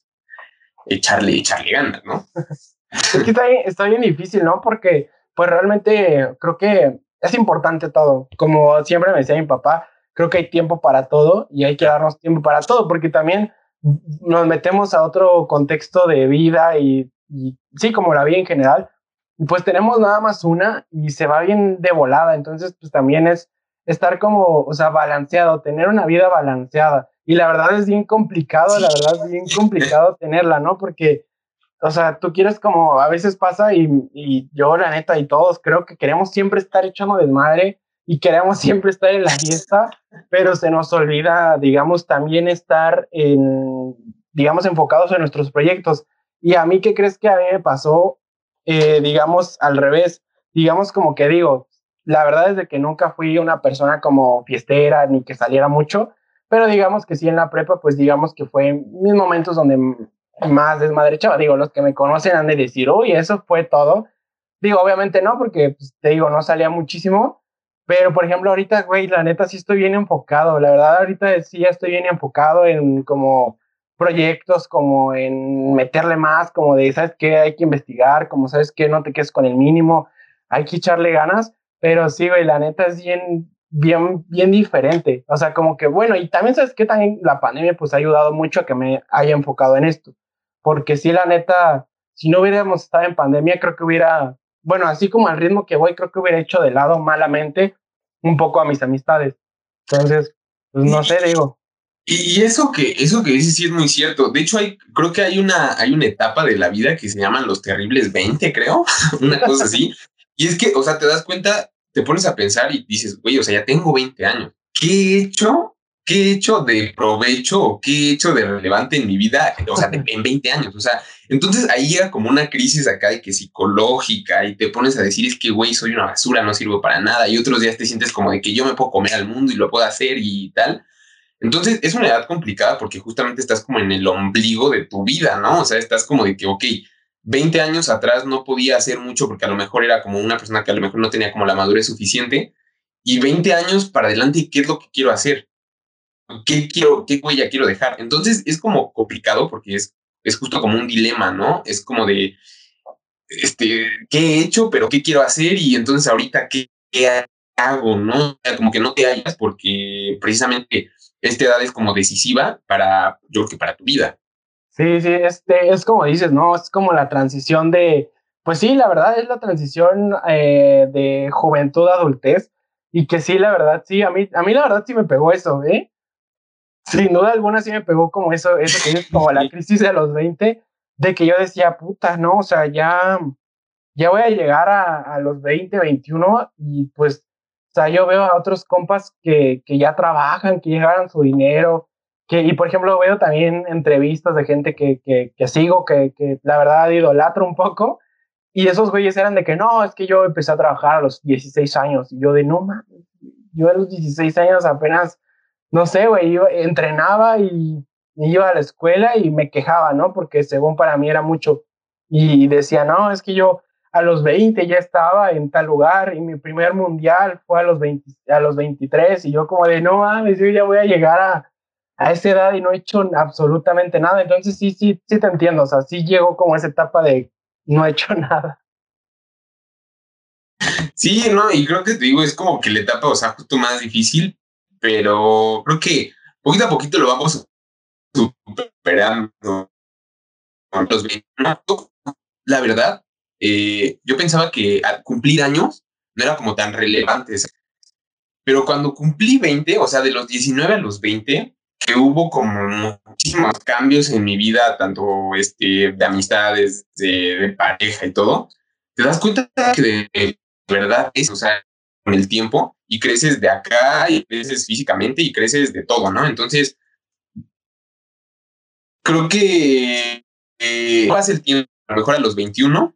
echarle ganas, ¿no? Es que está bien difícil, ¿no? Porque, pues realmente creo que es importante todo. Como siempre me decía mi papá, creo que hay tiempo para todo y hay que darnos tiempo para todo, porque también nos metemos a otro contexto de vida y sí, como la vida en general, y pues tenemos nada más una y se va bien de volada. Entonces, pues también es estar como, o sea, balanceado, tener una vida balanceada. Y la verdad es bien complicado, la verdad es bien complicado tenerla, ¿no? Porque o sea, tú quieres como a veces pasa y yo la neta y todos creo que queremos siempre estar echando desmadre y queremos siempre estar en la fiesta, pero se nos olvida, digamos, también estar en, digamos, enfocados en nuestros proyectos. Y a mí, ¿qué crees que a mí me pasó? Digamos, al revés, digamos como que digo, la verdad es de que nunca fui una persona como fiestera ni que saliera mucho, pero digamos que sí en la prepa, pues digamos que fue mis momentos donde más desmadre chava. Digo, los que me conocen han de decir, uy, eso fue todo. Digo, obviamente no, porque pues, te digo, no salía muchísimo. Pero, por ejemplo, ahorita, güey, la neta sí estoy bien enfocado. La verdad, ahorita sí ya estoy bien enfocado en como proyectos, como en meterle más, como de, ¿sabes qué? Hay que investigar, como, ¿sabes qué? No te quedes con el mínimo, hay que echarle ganas. Pero sí, güey, la neta es bien diferente. O sea, como que, bueno, y también, ¿sabes qué? También la pandemia, pues, ha ayudado mucho a que me haya enfocado en esto porque sí, la neta, si no hubiéramos estado en pandemia, creo que hubiera, bueno, así como al ritmo que voy, creo que hubiera hecho de lado malamente un poco a mis amistades. Entonces, pues no sé, digo. Y eso que dices sí es muy cierto. De hecho, creo que hay una etapa de la vida que se llaman los terribles 20, creo, una cosa así. Y es que, o sea, te das cuenta, te pones a pensar y dices, güey, o sea, ya tengo 20 años. ¿Qué he hecho? ¿Qué he hecho de provecho o qué he hecho de relevante en mi vida? O sea, en 20 años. O sea, entonces ahí llega como una crisis acá de que psicológica y te pones a decir, es que, güey, soy una basura, no sirvo para nada. Y otros días te sientes como de que yo me puedo comer al mundo y lo puedo hacer y tal. Entonces es una edad complicada porque justamente estás como en el ombligo de tu vida, ¿no? O sea, estás como de que, ok, 20 años atrás no podía hacer mucho porque a lo mejor era como una persona que a lo mejor no tenía como la madurez suficiente. Y 20 años para adelante, ¿qué es lo que quiero hacer? ¿Qué huella quiero dejar? Entonces es como complicado porque es justo como un dilema, ¿no? Es como de, ¿qué he hecho, pero qué quiero hacer? Y entonces ahorita, ¿qué hago, no? O sea, como que no te hallas porque precisamente esta edad es como decisiva para, yo creo que para tu vida. Sí, sí, es como dices, ¿no? Es como la transición de, pues sí, la verdad es la transición de juventud a adultez y que sí, la verdad, sí, a mí la verdad sí me pegó eso, ¿eh? Sin duda alguna sí me pegó como eso que dices, como la crisis de los 20 de que yo decía, puta, no, o sea, ya voy a llegar a los 20 21 y pues, o sea, yo veo a otros compas que ya trabajan, que ya ganan su dinero, y por ejemplo veo también entrevistas de gente que sigo, que la verdad idolatro un poco, y esos güeyes eran de que no, es que yo empecé a trabajar a los 16 años, y yo de no, man, yo a los 16 años apenas, no sé, güey, entrenaba y iba a la escuela y me quejaba, ¿no? Porque según para mí era mucho. Y decía, no, es que yo a los 20 ya estaba en tal lugar y mi primer mundial fue a los 23 y yo como de, no mames, yo ya voy a llegar a esa edad y no he hecho absolutamente nada. Entonces sí te entiendo, o sea, sí llegó como esa etapa de no he hecho nada. Sí, no, y creo que te digo, es como que la etapa, o sea, justo más difícil, pero creo que poquito a poquito lo vamos superando. Los 20. La verdad, yo pensaba que al cumplir años no era como tan relevante, pero cuando cumplí 20, o sea, de los 19 a los 20, que hubo como muchísimos cambios en mi vida, tanto de amistades, de pareja y todo, te das cuenta que de verdad es, o sea, con el tiempo y creces de acá y creces físicamente y creces de todo, ¿no? Entonces, creo que pasa el tiempo, a lo mejor a los 21,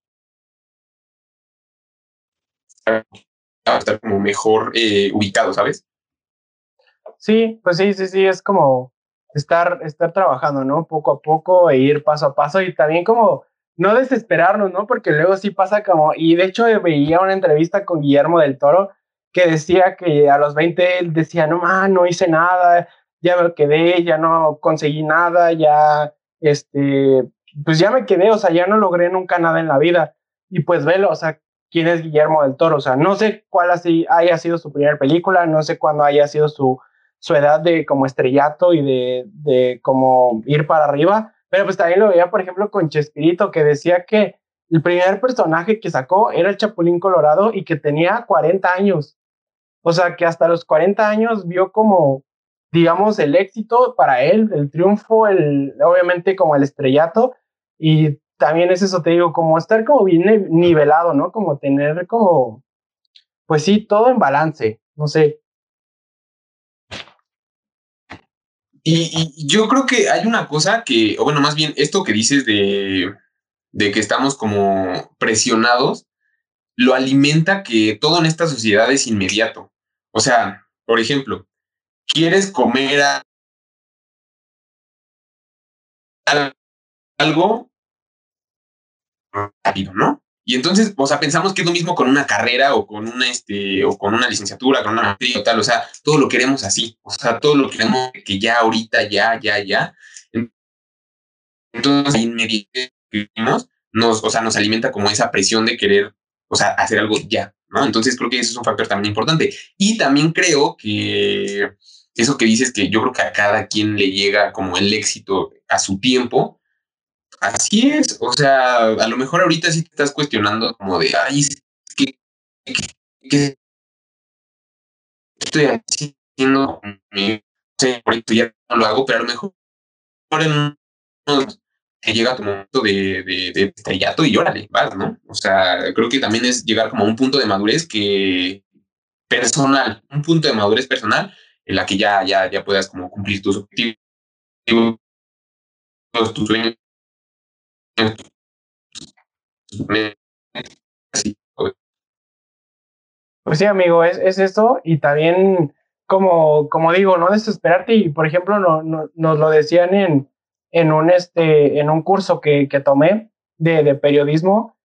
a estar como mejor ubicado, ¿sabes? Sí, pues sí, sí, sí, es como estar trabajando, ¿no? Poco a poco e ir paso a paso y también como no desesperarnos, ¿no? Porque luego sí pasa como, y de hecho veía una entrevista con Guillermo del Toro que decía que a los 20 él decía, no, no hice nada, ya me quedé, ya no conseguí nada, ya, pues ya me quedé, o sea, ya no logré nunca nada en la vida. Y pues velo, o sea, quién es Guillermo del Toro, o sea, no sé cuál así haya sido su primera película, no sé cuándo haya sido su edad de como estrellato y de como ir para arriba, pero pues también lo veía, por ejemplo, con Chespirito, que decía que el primer personaje que sacó era el Chapulín Colorado y que tenía 40 años, o sea, que hasta los 40 años vio como, digamos, el éxito para él, el triunfo, obviamente como el estrellato, y también es eso, te digo, como estar como bien nivelado, ¿no? Como tener como, pues sí, todo en balance, no sé. Y yo creo que hay una cosa que, o bueno, más bien esto que dices de que estamos como presionados, lo alimenta que todo en esta sociedad es inmediato. O sea, por ejemplo, quieres comer algo rápido, ¿no? Y entonces, o sea, pensamos que es lo mismo con una carrera o con o con una licenciatura, con una maestría o tal, o sea, todo lo queremos así, o sea, todo lo queremos que ya ahorita, ya. Entonces, inmediatamente o sea, nos alimenta como esa presión de querer, o sea, hacer algo ya, ¿no? Entonces creo que eso es un factor también importante. Y también creo que eso que dices, que yo creo que a cada quien le llega como el éxito a su tiempo, así es, o sea, a lo mejor ahorita sí te estás cuestionando como de, ay, ¿qué, qué estoy haciendo? No sé, por esto ya no lo hago, pero a lo mejor en unos que llega tu momento de estrellato y órale, vas, ¿no? O sea, creo que también es llegar como a un punto de madurez que personal, un punto de madurez personal en la que ya puedas como cumplir tus objetivos, tus sueños, tus metas, así. Pues sí, amigo, es eso y también, como digo, no desesperarte y, por ejemplo, nos lo decían en un curso que tomé de periodismo,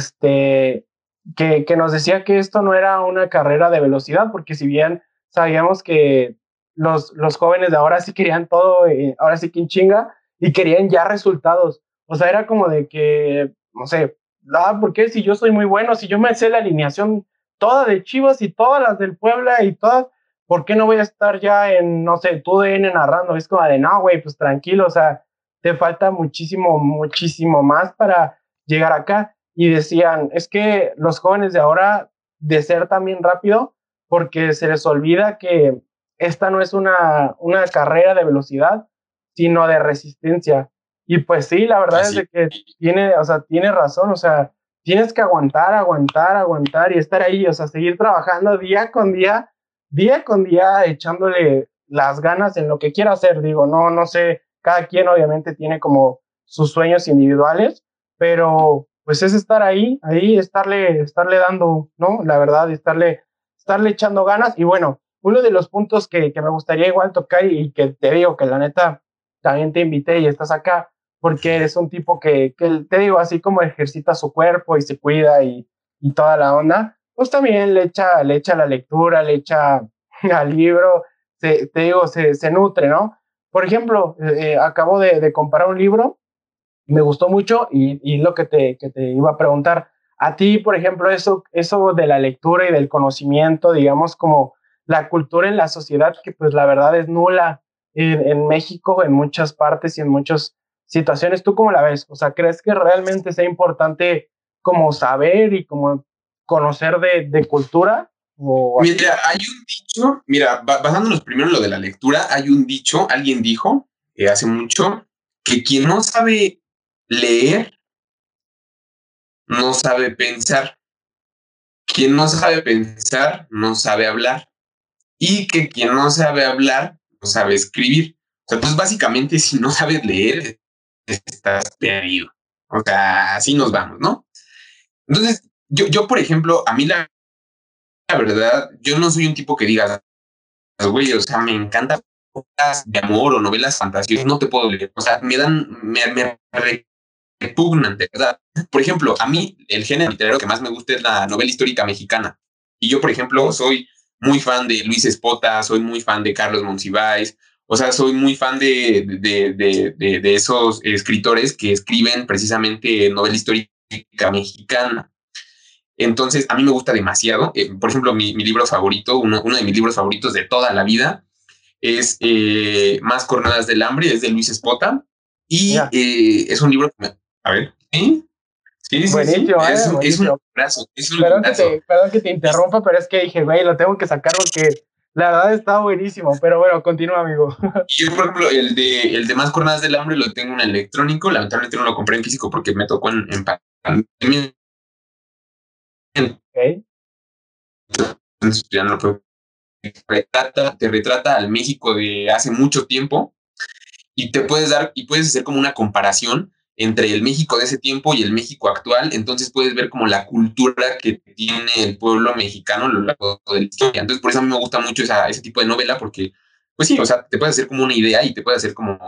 que nos decía que esto no era una carrera de velocidad, porque si bien sabíamos que los jóvenes de ahora sí querían todo, ahora sí que en chinga, y querían ya resultados. O sea, era como de que, no sé, ¿por qué si yo soy muy bueno, si yo me sé la alineación toda de Chivas y todas las del Puebla y todas, ¿por qué no voy a estar ya en, no sé, tu DN narrando? Es como de, no, güey, pues tranquilo, o sea, te falta muchísimo, muchísimo más para llegar acá. Y decían, es que los jóvenes de ahora desertan bien rápido porque se les olvida que esta no es una carrera de velocidad, sino de resistencia. Y pues sí, la verdad es Así. de que o sea, tiene razón, o sea, tienes que aguantar, aguantar, aguantar y estar ahí, o sea, seguir trabajando día con día, echándole las ganas en lo que quiera hacer. Digo, no sé, cada quien obviamente tiene como sus sueños individuales, pero pues es estar ahí, estarle dando, ¿no? La verdad, estarle echando ganas. Y bueno, uno de los puntos que me gustaría igual tocar y que te digo que la neta también te invité y estás acá porque eres un tipo que te digo, así como ejercita su cuerpo y se cuida y toda la onda, pues también le echa la lectura, le echa al libro, te digo, se nutre, ¿no? Por ejemplo, acabo de comprar un libro, me gustó mucho y lo que te iba a preguntar, a ti, por ejemplo, eso de la lectura y del conocimiento, digamos, como la cultura en la sociedad, que pues la verdad es nula en México, en muchas partes y en muchas situaciones, ¿tú cómo la ves? O sea, ¿crees que realmente sea importante como saber y como conocer de cultura? O así? Mira, hay un dicho, mira, basándonos primero en lo de la lectura, hay un dicho, alguien dijo, hace mucho, que quien no sabe leer, no sabe pensar. Quien no sabe pensar, no sabe hablar. Y que quien no sabe hablar, no sabe escribir. O sea, entonces básicamente si no sabes leer, estás perdido. O sea, así nos vamos, ¿no? Entonces, yo por ejemplo, a mí la verdad, yo no soy un tipo que diga, güey, o sea, me encanta novelas de amor o novelas fantasiosas, no te puedo leer. O sea, me repugnan, de verdad. Por ejemplo, a mí el género literario que más me gusta es la novela histórica mexicana. Y yo, por ejemplo, soy muy fan de Luis Espota, soy muy fan de Carlos Monsiváis, o sea, soy muy fan de esos escritores que escriben precisamente novela histórica mexicana. Entonces, a mí me gusta demasiado. Por ejemplo, mi libro favorito, uno de mis libros favoritos de toda la vida, es Más Jornadas del Hambre, es de Luis Espota. Y Ya. es un libro que a ver, ¿sí? Sí, sí, sí, Buenísimo, es un buenísimo. librazo, es un librazo. Perdón que te interrumpa, pero es que dije, güey, lo tengo que sacar porque la verdad está buenísimo. Pero bueno, continúa, amigo. Y yo, por ejemplo, el de Más Jornadas del Hambre lo tengo en electrónico, lamentablemente no lo compré en físico porque me tocó en pandemia, Ok. entonces ya no lo puedo. Te retrata al México de hace mucho tiempo y puedes hacer como una comparación entre el México de ese tiempo y el México actual, entonces puedes ver como la cultura que tiene el pueblo mexicano a lo largo de la historia. Entonces por eso a mí me gusta mucho ese tipo de novela porque, pues sí, o sea, te puede hacer como una idea y te puede hacer como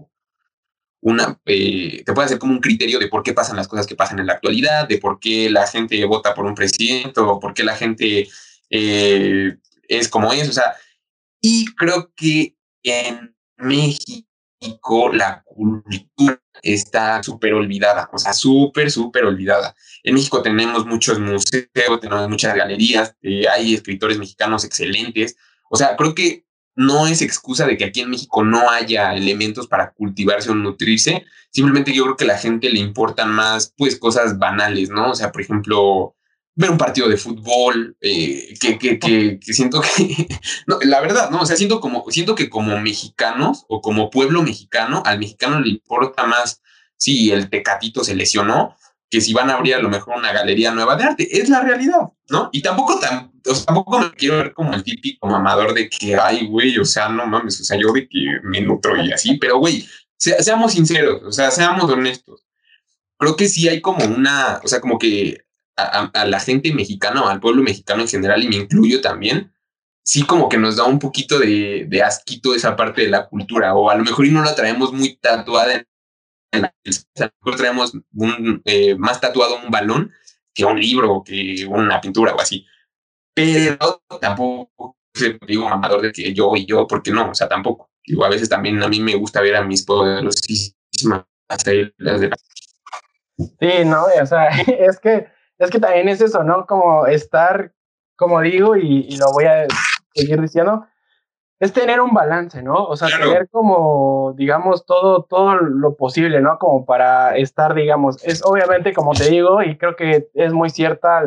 te puede hacer como un criterio de por qué pasan las cosas que pasan en la actualidad, de por qué la gente vota por un presidente o por qué la gente es como es, o sea, y creo que en México la cultura está súper olvidada, o sea, súper, súper olvidada. En México tenemos muchos museos, tenemos muchas galerías, hay escritores mexicanos excelentes. O sea, creo que no es excusa de que aquí en México no haya elementos para cultivarse o nutrirse. Simplemente yo creo que a la gente le importan más, pues, cosas banales, ¿no? O sea, por ejemplo, ver un partido de fútbol, que siento que no, la verdad, no, o sea, siento que como mexicanos o como pueblo mexicano, al mexicano le importa más si el Tecatito se lesionó que si van a abrir a lo mejor una galería nueva de arte. Es la realidad, ¿no? Y o sea, tampoco me quiero ver como el típico mamador de que, ay, güey, o sea, no mames, o sea, yo de que me nutro y así, pero güey, seamos sinceros, o sea, seamos honestos. Creo que sí hay como o sea, como que a la gente mexicana o al pueblo mexicano en general, y me incluyo también, sí como que nos da un poquito de asquito esa parte de la cultura, o a lo mejor y no la traemos muy tatuada a lo mejor traemos más tatuado un balón que un libro o que una pintura o así, pero tampoco digo mamador de que yo y yo, porque no, o sea, tampoco. Digo, a veces también a mí me gusta ver a mis poderosísimas estrellas de Sí, no, o sea, es que también es eso, ¿no? Como estar, como digo, y lo voy a seguir diciendo, es tener un balance, ¿no? O sea, claro, tener como, digamos, todo lo posible, ¿no? Como para estar, digamos, es obviamente, como te digo, y creo que es muy cierta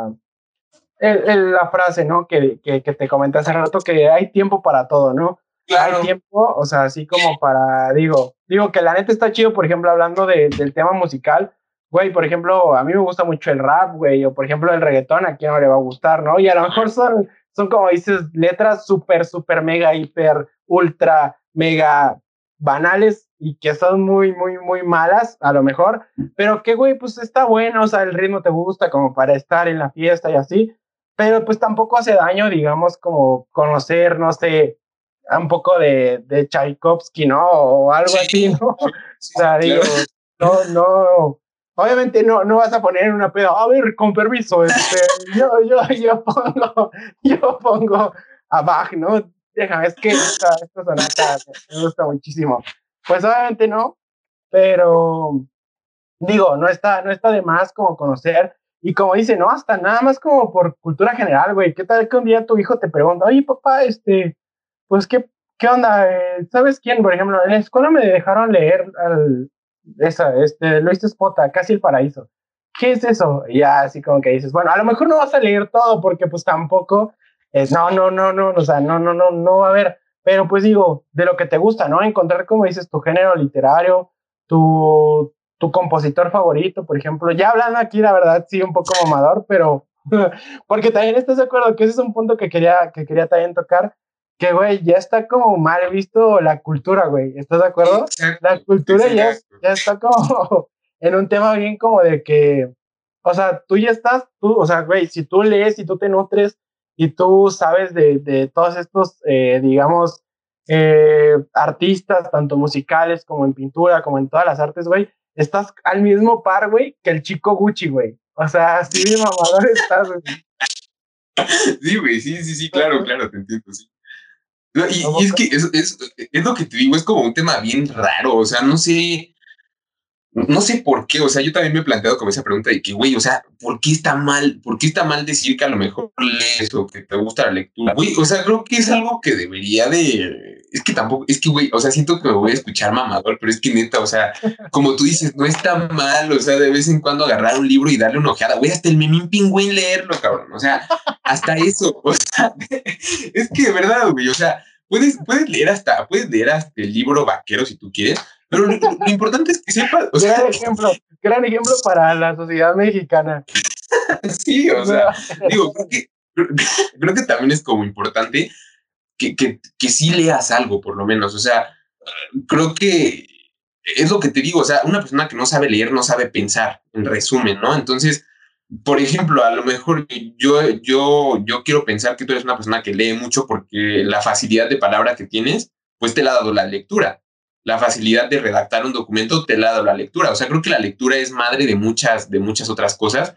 la frase, ¿no? Que te comenté hace rato, que hay tiempo para todo, ¿no? Hay claro, tiempo, o sea, así como para, digo que la neta está chido, por ejemplo, hablando del tema musical, güey, por ejemplo, a mí me gusta mucho el rap, güey, o por ejemplo el reggaetón, a quién no le va a gustar, ¿no? Y a lo mejor son como dices, letras súper, súper, mega, hiper, ultra, mega banales y que son muy, muy, muy malas, a lo mejor, pero que, güey, pues está bueno, o sea, el ritmo te gusta como para estar en la fiesta y así, pero pues tampoco hace daño, digamos, como conocer, no sé, un poco de Tchaikovsky, ¿no? O algo así, sí, ¿no? O sí, sí, sea, sí, claro. digo, no, obviamente no vas a poner una peda, a ver, con permiso, yo pongo a Bach, ¿no? Déjame, es que esta sonata me gusta muchísimo. Pues obviamente no, pero digo, no está de más como conocer, y como dice, no, hasta nada más como por cultura general, güey, ¿qué tal que un día tu hijo te pregunta, oye, papá, pues, ¿qué onda? ¿Sabes quién? Por ejemplo, en la escuela me dejaron leer Luis Espota, Casi el Paraíso. ¿Qué es eso? Y ya así como que dices, bueno, a lo mejor no vas a leer todo porque pues tampoco, no, o sea, no va a haber, pero pues digo, de lo que te gusta, ¿no? Encontrar, como dices, tu género literario, tu compositor favorito, por ejemplo. Ya hablando aquí, la verdad, sí, un poco mamador, pero porque también estás de acuerdo que ese es un punto que quería también tocar, que, güey, ya está como mal visto la cultura, güey. ¿Estás de acuerdo? La Exacto, cultura exacto. ya está como en un tema bien como de que, o sea, tú ya estás, o sea, güey, si tú lees y tú te nutres y tú sabes de todos estos, digamos, artistas, tanto musicales como en pintura, como en todas las artes, güey, estás al mismo par, güey, que el chico Gucci, güey. O sea, así de mamador estás, güey. Sí, güey, sí, sí, sí, claro, claro, te entiendo, sí. No, ¿A y es poco? que es lo que te digo, es como un tema bien raro, o sea, no sé, no sé por qué, o sea, yo también me he planteado como esa pregunta de que, güey, o sea, ¿por qué está mal? ¿Por qué está mal decir que a lo mejor lees o que te gusta la lectura? Güey, o sea, creo que es algo que debería de... Es que tampoco, es que, güey, o sea, siento que me voy a escuchar mamador, pero es que neta, o sea, como tú dices, no está mal, o sea, de vez en cuando agarrar un libro y darle una ojeada, güey, hasta el Memín Pingüín leerlo, cabrón, o sea, hasta eso, o sea, es que de verdad, güey, o sea, puedes leer hasta el libro vaquero si tú quieres, pero lo importante es que sepas, o sea, Gran ejemplo para la sociedad mexicana. sí, O o sea, sea, digo, creo que también es como importante que sí leas algo, por lo menos, o sea, creo que es lo que te digo, o sea, una persona que no sabe leer no sabe pensar, en resumen, ¿no? Entonces, por ejemplo, a lo mejor yo quiero pensar que tú eres una persona que lee mucho porque la facilidad de palabra que tienes, pues te la ha dado la lectura. La facilidad de redactar un documento te la ha dado la lectura. O sea, creo que la lectura es madre de muchas otras cosas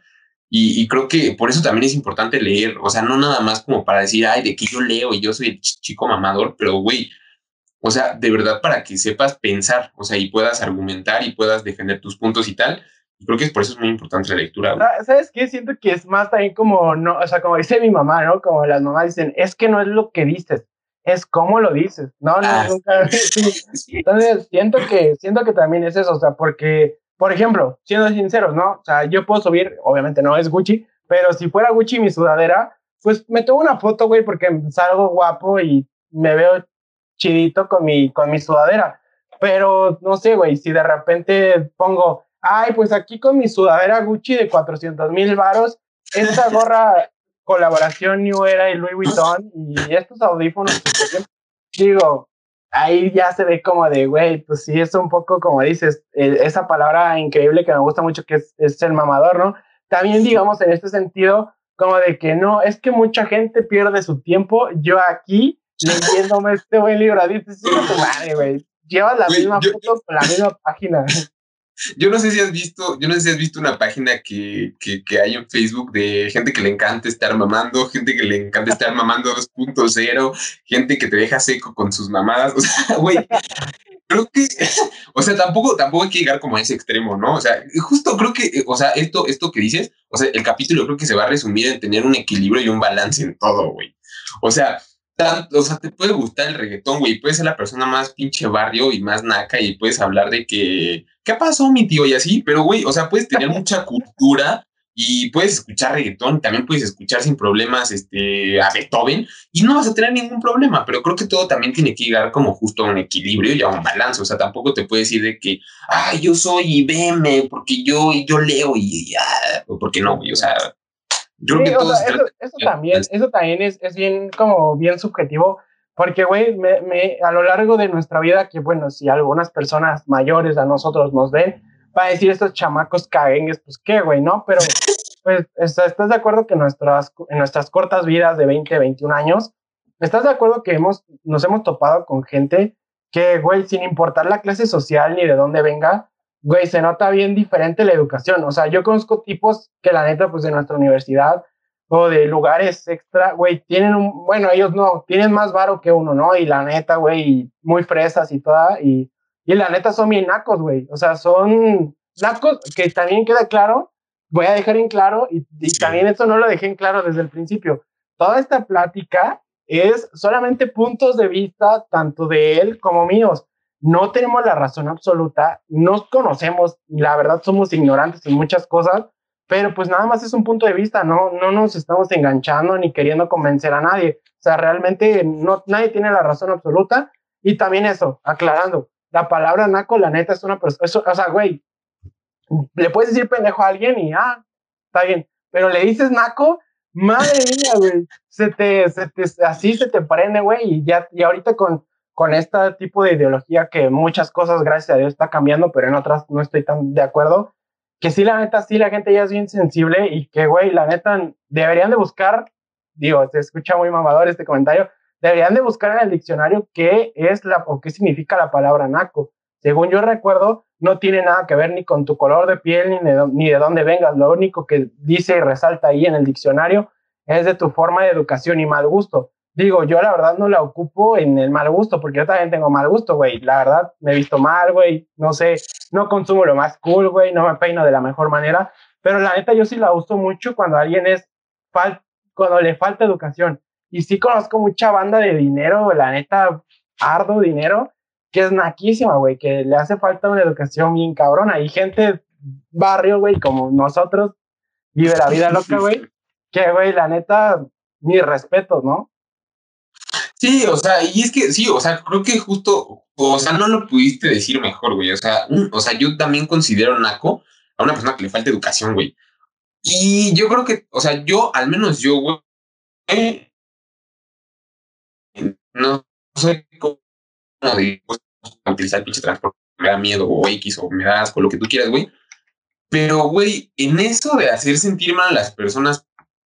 y creo que por eso también es importante leer. O sea, no nada más como para decir, ay, de que yo leo y yo soy el chico mamador, pero güey, o sea, de verdad para que sepas pensar, o sea, y puedas argumentar y puedas defender tus puntos y tal. Y creo que por eso es muy importante la lectura, güey. ¿sabes qué? Siento que es más también como, no, o sea, como dice mi mamá, ¿no? Como las mamás dicen, es que no es lo que dices, es cómo lo dices. No, no, Ah, nunca, sí. sí. Entonces, siento que también es eso, o sea, porque, por ejemplo, siendo sinceros, ¿no? O sea, yo puedo subir, obviamente no es Gucci, pero si fuera Gucci mi sudadera, pues me tomo una foto, güey, porque salgo guapo y me veo chidito con mi sudadera. Pero, no sé, güey, si de repente pongo, ay, pues aquí con mi sudadera Gucci de 400,000 varos, esta gorra colaboración New Era y Louis Vuitton y estos audífonos super bien. Digo, ahí ya se ve como de, güey, pues sí, es un poco como dices, esa palabra increíble que me gusta mucho que es el mamador, ¿no? También digamos en este sentido, como de que no, es que mucha gente pierde su tiempo, yo aquí leyéndome este buen libro, dices, chinga tu madre, güey, llevas la Güey, misma foto con la misma página. yo no sé si has visto, yo no sé si has visto una página que hay en Facebook de gente que le encanta estar mamando, gente que le encanta estar mamando 2.0, gente que te deja seco con sus mamadas. O sea, güey, creo que, o sea, tampoco hay que llegar como a ese extremo, ¿no? O sea, justo creo que, o sea, esto que dices, o sea, el capítulo creo que se va a resumir en tener un equilibrio y un balance en todo, güey. O sea, o sea, te puede gustar el reggaetón, güey, puedes ser la persona más pinche barrio y más naca y puedes hablar de que, ¿qué pasó, mi tío? Y así, pero, güey, o sea, puedes tener mucha cultura y puedes escuchar reggaetón, también puedes escuchar sin problemas a Beethoven y no vas a tener ningún problema, pero creo que todo también tiene que llegar como justo a un equilibrio y a un balance, o sea, tampoco te puedes decir de que, ay, yo soy y veme, porque yo leo y, porque no, güey, o sea, yo creo Sí, que o todo sea, se trata eso de también, eso también es bien como bien subjetivo, porque, güey, a lo largo de nuestra vida, que bueno, si algunas personas mayores a nosotros nos ven, va a decir estos chamacos caguengues, pues qué, güey, ¿no? Pero, pues, ¿estás de acuerdo que en nuestras cortas vidas de 20, 21 años, estás de acuerdo que nos hemos topado con gente que, güey, sin importar la clase social ni de dónde venga, güey, se nota bien diferente la educación. O sea, yo conozco tipos que la neta, pues de nuestra universidad o de lugares extra, güey, bueno, ellos no, tienen más varo que uno, ¿no? Y la neta, güey, muy fresas y toda, y la neta son bien nacos, güey. O sea, son nacos que también queda claro, voy a dejar en claro, y también sí. eso no lo dejé en claro desde el principio. Toda esta plática es solamente puntos de vista, tanto de él como míos. No tenemos la razón absoluta, nos conocemos, la verdad somos ignorantes en muchas cosas, pero pues nada más es un punto de vista, no nos estamos enganchando ni queriendo convencer a nadie. O sea, realmente nadie tiene la razón absoluta. Y también eso, aclarando, la palabra naco, la neta, es una persona, o sea, güey, le puedes decir pendejo a alguien y, está bien, pero le dices naco, madre mía, güey, así se te prende, güey, y ahorita con este tipo de ideología que muchas cosas, gracias a Dios, está cambiando, pero en otras no estoy tan de acuerdo, que sí, la neta, sí, la gente ya es bien sensible y que, güey, la neta, deberían de buscar, digo, se escucha muy mamador este comentario, deberían de buscar en el diccionario qué es o qué significa la palabra naco. Según yo recuerdo, no tiene nada que ver ni con tu color de piel ni de dónde vengas. Lo único que dice y resalta ahí en el diccionario es de tu forma de educación y mal gusto. Digo, yo la verdad no la ocupo en el mal gusto, porque yo también tengo mal gusto, güey. La verdad, me he visto mal, güey. No sé, no consumo lo más cool, güey. No me peino de la mejor manera. Pero la neta, yo sí la uso mucho cuando alguien cuando le falta educación. Y sí conozco mucha banda de dinero, la neta, hardo dinero, que es naquísima, güey, que le hace falta una educación bien cabrona. Y gente barrio, güey, como nosotros, vive la vida loca, güey, que, güey, la neta, mis respetos, ¿no? Sí, o sea, y es que sí, o sea, creo que justo, o sea, no lo pudiste decir mejor, güey. O sea, yo también considero naco a una persona que le falta educación, güey. Y yo creo que, o sea, al menos yo, güey, no soy como de pues, utilizar el pinche transporte, me da miedo o X o me da asco, lo que tú quieras, güey. Pero, güey, en eso de hacer sentir mal a las personas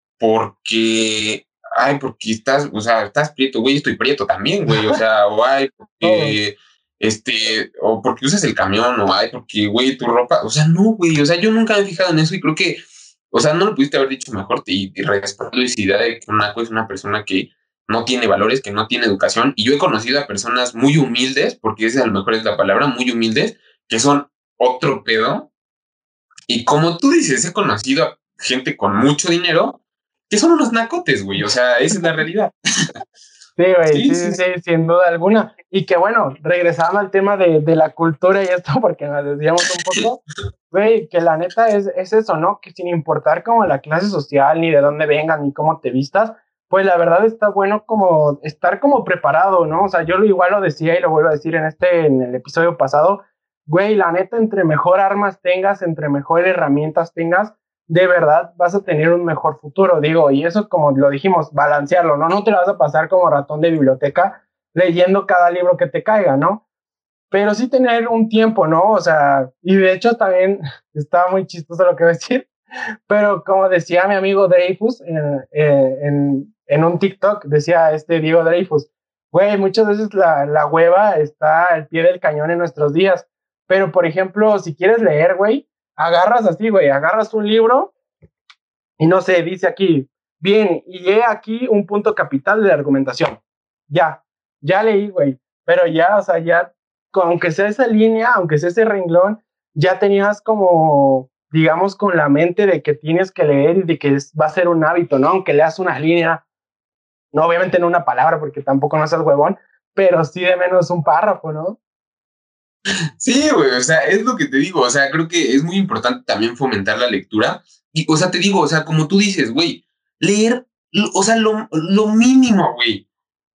porque, ay, porque estás, o sea, estás prieto, güey, estoy prieto también, güey, o sea, o ay, Todos. porque, o porque usas el camión, o ay, porque, güey, tu ropa, o sea, no, güey, o sea, yo nunca me he fijado en eso y creo que, o sea, no lo pudiste haber dicho mejor y respeto la idea de que un naco es una persona que no tiene valores, que no tiene educación, y yo he conocido a personas muy humildes, porque esa a lo mejor es la palabra, muy humildes, que son otro pedo, y como tú dices, he conocido a gente con mucho dinero que son unos nacotes, güey. O sea, esa es la realidad. Sí, güey, Sí, sí, sí, sí, sí. sí, sin duda alguna. Y que bueno, regresando al tema de la cultura y esto, porque nos desviamos un poco, güey, que la neta es eso, ¿no? Que sin importar como la clase social, ni de dónde vengas, ni cómo te vistas, pues la verdad está bueno como estar como preparado, ¿no? O sea, yo igual lo decía y lo vuelvo a decir en el episodio pasado, güey, la neta, entre mejor armas tengas, entre mejor herramientas tengas, de verdad vas a tener un mejor futuro, digo, y eso como lo dijimos, balancearlo, ¿no? No te lo vas a pasar como ratón de biblioteca leyendo cada libro que te caiga, ¿no? Pero sí tener un tiempo, ¿no? O sea, y de hecho también estaba muy chistoso lo que voy a decir, pero como decía mi amigo Dreyfus en un TikTok, decía este Diego Dreyfus, güey, muchas veces la hueva está al pie del cañón en nuestros días, pero por ejemplo, si quieres leer, güey, agarras así, güey, agarras un libro y no sé, dice aquí, bien, y he aquí un punto capital de la argumentación. Ya leí, güey, pero ya, o sea, ya, aunque sea esa línea, aunque sea ese renglón, ya tenías como, digamos, con la mente de que tienes que leer y de que va a ser un hábito, ¿no? Aunque leas una línea, no obviamente no una palabra, porque tampoco no seas huevón, pero sí de menos un párrafo, ¿no? Sí, güey, o sea, es lo que te digo. O sea, creo que es muy importante también fomentar la lectura. Y, o sea, te digo, o sea, como tú dices, güey, leer, o sea, lo mínimo, güey.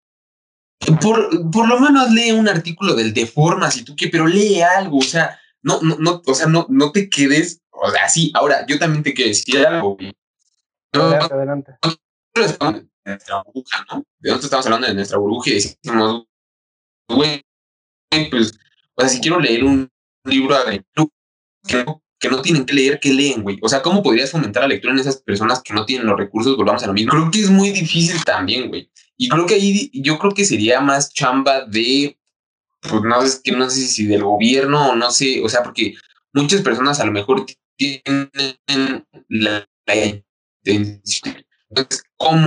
Por lo menos lee un artículo del Deforma, si tú quieres, pero lee algo, o sea, o sea, no te quedes, o sea, sí, ahora, yo también te quiero decir algo, güey. Adelante, adelante. Nosotros estamos en nuestra burbuja, ¿no? De nosotros estamos hablando de nuestra burbuja y decimos, güey, pues, o sea, si quiero leer un libro de aventura que no tienen que leer, ¿qué leen, güey? O sea, ¿cómo podrías fomentar la lectura en esas personas que no tienen los recursos? Volvamos a lo mismo. Creo que es muy difícil también, güey. Y creo que ahí, yo creo que sería más chamba de, pues no, es que no sé si del gobierno o no sé, o sea, porque muchas personas a lo mejor tienen la intención. Entonces,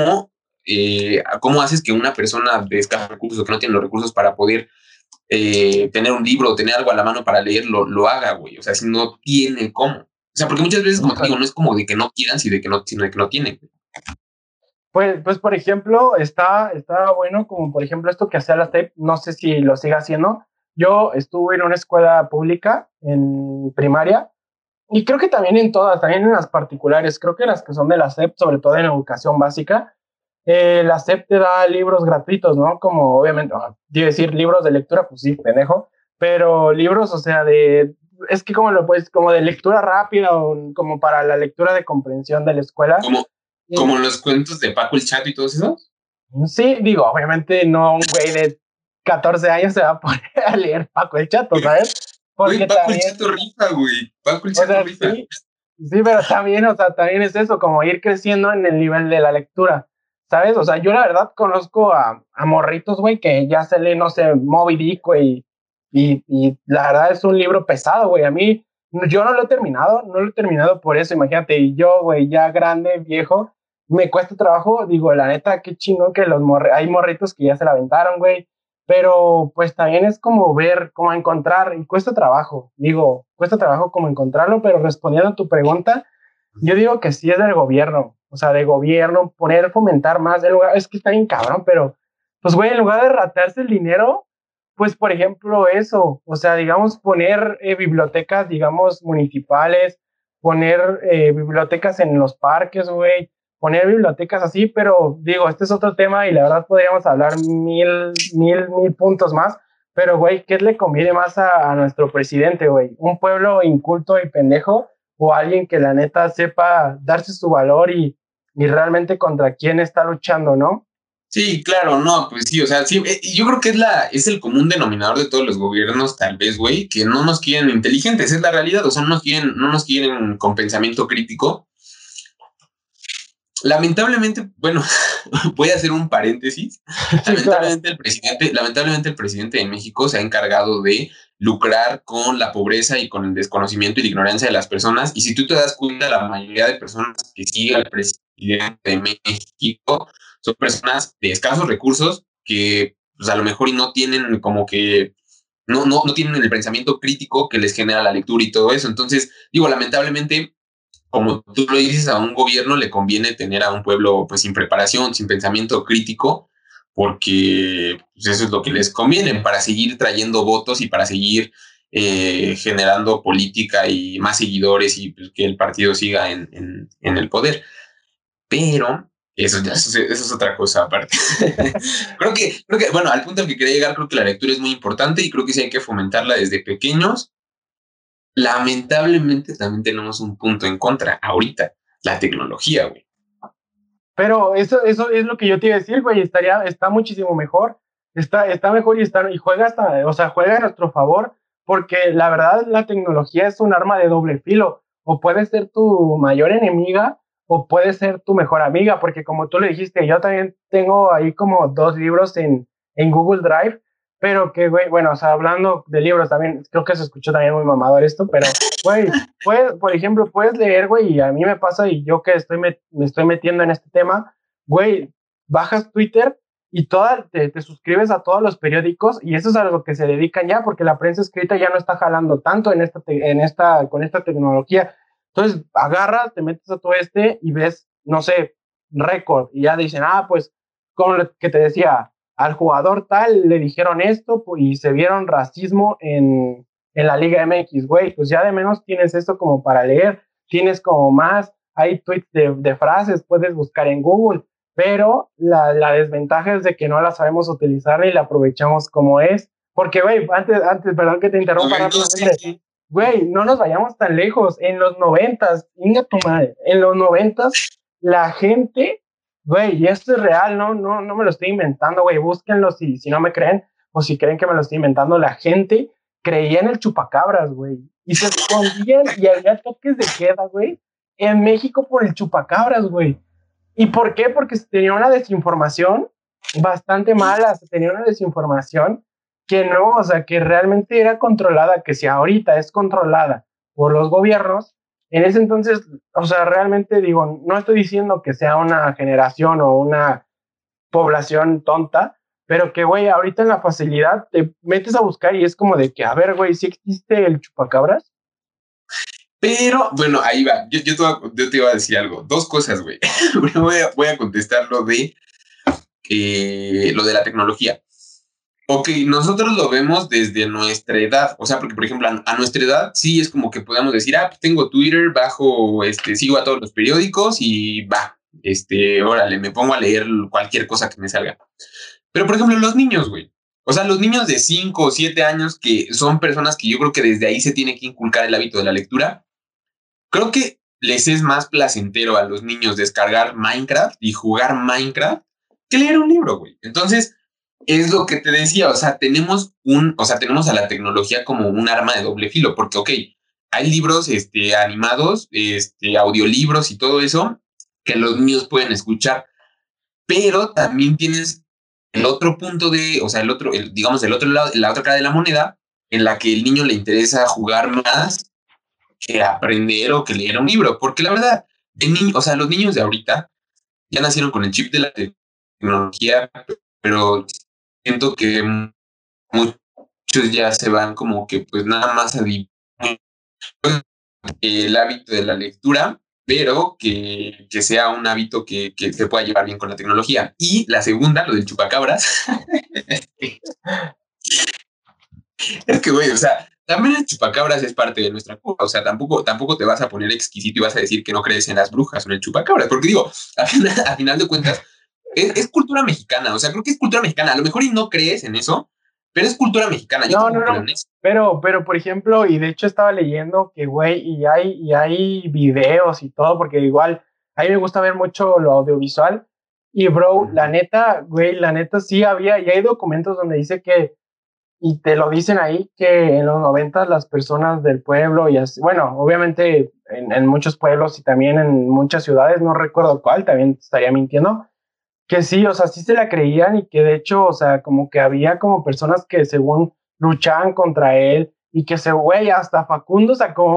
¿cómo haces que una persona de escasos recursos, que no tiene los recursos para poder tener un libro o tener algo a la mano para leer, lo haga, güey? O sea, si no tiene cómo. O sea, porque muchas veces, como te digo, Híjole. no es como de que no quieran, sino de que no tienen. Pues por ejemplo, está bueno, como por ejemplo esto que hacía la STEP, no sé si lo sigue haciendo. Yo estuve en una escuela pública en primaria Y creo que también en todas, también en las particulares, creo que las que son de la SEP, sobre todo en educación básica, la SEP te da libros gratuitos, ¿no? Como obviamente, quiero decir libros de lectura, pues sí, pendejo, pero libros, o sea, es que como lo puedes, como de lectura rápida o como para la lectura de comprensión de la escuela. Como los cuentos de Paco el Chato y todos esos. Sí, digo, obviamente no un güey de 14 años se va a poner a leer Paco el Chato, ¿sabes? Güey, Porque Paco el también, Chato rifa, güey. Paco el o Chato sea, rifa. sí, sí, pero también, o sea, también es eso, como ir creciendo en el nivel de la lectura, ¿sabes? O sea, yo la verdad conozco a morritos, güey, que ya se lee, no sé, Moby Dick, güey, y la verdad es un libro pesado, güey. A mí, yo no lo he terminado por eso, imagínate, y yo, güey, ya grande, viejo, me cuesta trabajo, digo, la neta, qué chingón que hay morritos que ya se la aventaron, güey, pero pues también es como ver, cómo encontrar, y cuesta trabajo, digo, cuesta trabajo como encontrarlo, pero respondiendo a tu pregunta, yo digo que sí es del gobierno, o sea, de gobierno, fomentar más, es que está bien cabrón, pero pues güey, en lugar de ratearse el dinero, pues por ejemplo eso, o sea, digamos, poner bibliotecas, digamos, municipales, poner bibliotecas en los parques, güey, poner bibliotecas así, pero digo, este es otro tema y la verdad podríamos hablar mil puntos más, pero güey, ¿qué le conviene más a nuestro presidente, güey? ¿Un pueblo inculto y pendejo o alguien que la neta sepa darse su valor y realmente contra quién está luchando, ¿no? Sí, claro, no, pues sí, o sea, sí, yo creo que es el común denominador de todos los gobiernos, tal vez, güey, que no nos quieren inteligentes, es la realidad, o sea, no nos quieren con pensamiento crítico. Lamentablemente, bueno, voy a hacer un paréntesis. Sí, claro. Lamentablemente el presidente de México se ha encargado de lucrar con la pobreza y con el desconocimiento y la ignorancia de las personas. Y si tú te das cuenta, la mayoría de personas que siguen al presidente de México son personas de escasos recursos que, pues, a lo mejor y no tienen como que no tienen el pensamiento crítico que les genera la lectura y todo eso. Entonces, digo, lamentablemente, como tú lo dices, a un gobierno le conviene tener a un pueblo pues sin preparación, sin pensamiento crítico, porque pues, eso es lo que les conviene para seguir trayendo votos y para seguir generando política y más seguidores y pues, que el partido siga en el poder. Pero eso es otra cosa aparte. creo que, bueno, al punto al que quería llegar, creo que la lectura es muy importante y creo que sí hay que fomentarla desde pequeños. Lamentablemente también tenemos un punto en contra ahorita, la tecnología, güey. Pero eso es lo que yo te iba a decir, güey, está muchísimo mejor, está mejor y juega hasta, o sea, juega a nuestro favor, porque la verdad la tecnología es un arma de doble filo, o puede ser tu mayor enemiga, o puede ser tu mejor amiga, porque como tú le dijiste, yo también tengo ahí como 2 libros en Google Drive, pero que, güey, bueno, o sea, hablando de libros también, creo que se escuchó también muy mamador esto, pero, güey, por ejemplo, puedes leer, güey, y a mí me pasa, y yo que me estoy metiendo en este tema, güey, bajas Twitter y te suscribes a todos los periódicos, y eso es a lo que se dedican ya, porque la prensa escrita ya no está jalando tanto con esta tecnología. Entonces, agarras, te metes a todo y ves, no sé, récord, y ya dicen, pues, como lo que te decía, al jugador tal le dijeron esto y se vieron racismo en la Liga MX, güey, pues ya de menos tienes esto como para leer, tienes como más, hay tweets de frases, puedes buscar en Google, pero la desventaja es de que no la sabemos utilizar y la aprovechamos como es, porque, güey, antes, perdón que te interrumpa rápidamente, güey, no nos vayamos tan lejos, en los 90s, inga tu madre, en los 90s, la gente, güey, y esto es real, no me lo estoy inventando, güey, búsquenlo si no me creen, o si creen que me lo estoy inventando, la gente creía en el chupacabras, güey. Y se escondían y había toques de queda, güey, en México por el chupacabras, güey. ¿Y por qué? Porque se tenía una desinformación bastante mala, se tenía una desinformación que no, o sea, que realmente era controlada, que si ahorita es controlada por los gobiernos, en ese entonces, o sea, realmente digo, no estoy diciendo que sea una generación o una población tonta, pero que, güey, ahorita en la facilidad te metes a buscar y es como de que, a ver, güey, ¿sí existe el chupacabras? Pero bueno, ahí va. Yo te iba a decir algo. Dos cosas, güey. Voy a contestar lo de la tecnología. ok, nosotros lo vemos desde nuestra edad, o sea, porque por ejemplo a nuestra edad sí es como que podemos decir, pues tengo Twitter, bajo, sigo a todos los periódicos y va, órale, me pongo a leer cualquier cosa que me salga. Pero por ejemplo los niños, güey, o sea, los niños de 5 o 7 años que son personas que yo creo que desde ahí se tiene que inculcar el hábito de la lectura, creo que les es más placentero a los niños descargar Minecraft y jugar Minecraft que leer un libro, güey. Entonces, es lo que te decía, o sea, tenemos a la tecnología como un arma de doble filo, porque, ok, hay libros, animados, audiolibros y todo eso que los niños pueden escuchar, pero también tienes el otro punto o sea, digamos, el otro lado, la otra cara de la moneda, en la que el niño le interesa jugar más que aprender o que leer un libro, porque la verdad, o sea, los niños de ahorita ya nacieron con el chip de la tecnología, pero siento que muchos ya se van como que pues nada más a el hábito de la lectura, pero que sea un hábito que se pueda llevar bien con la tecnología. Y la segunda, lo del chupacabras, es que, güey, o sea, también el chupacabras es parte de nuestra cultura. O sea, tampoco te vas a poner exquisito y vas a decir que no crees en las brujas o en el chupacabras, porque digo, a final de cuentas, es cultura mexicana. O sea, creo que es cultura mexicana. A lo mejor y no crees en eso, pero es cultura mexicana. Yo No, no, tampoco creo no. en eso. Pero, por ejemplo, y de hecho estaba leyendo que, güey, y hay videos y todo, porque igual, a mí me gusta ver mucho lo audiovisual. Y, bro, la neta, güey, la neta sí había, y hay documentos donde dice que, y te lo dicen ahí, que en los 90 las personas del pueblo, y así, bueno, obviamente en muchos pueblos y también en muchas ciudades, no recuerdo cuál, también estaría mintiendo, que sí, o sea, sí se la creían y que de hecho, o sea, como que había como personas que según luchaban contra él y que se, güey, hasta Facundo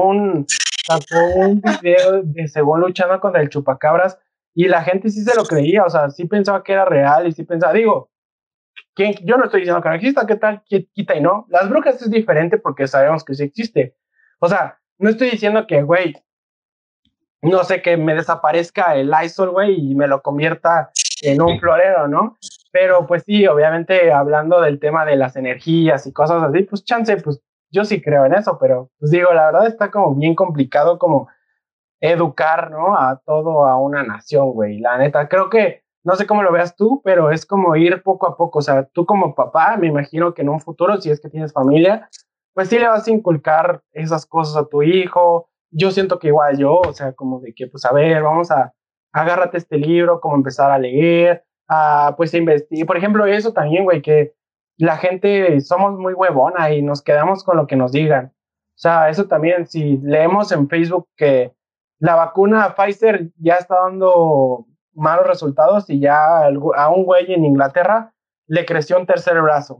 sacó un video de según luchando contra el chupacabras y la gente sí se lo creía, o sea, sí pensaba que era real y sí pensaba, digo, yo no estoy diciendo que no exista, ¿qué tal? Quita y no. Las brujas es diferente porque sabemos que sí existe. O sea, no estoy diciendo que, güey, no sé, que me desaparezca el Lysol, güey, y me lo convierta en un florero, ¿no? Pero pues sí, obviamente hablando del tema de las energías y cosas así, pues chance, pues yo sí creo en eso, pero pues digo, la verdad está como bien complicado como educar, ¿no? A todo, a una nación, güey. La neta, creo que, no sé cómo lo veas tú, pero es como ir poco a poco. O sea, tú como papá, me imagino que en un futuro, si es que tienes familia, pues sí le vas a inculcar esas cosas a tu hijo. Yo siento que igual yo, o sea, como de que, pues a ver, agárrate este libro, como empezar a leer, pues a investigar. Por ejemplo, eso también, güey, que la gente somos muy huevona y nos quedamos con lo que nos digan. O sea, eso también, si leemos en Facebook que la vacuna Pfizer ya está dando malos resultados y ya a un güey en Inglaterra le creció un tercer brazo.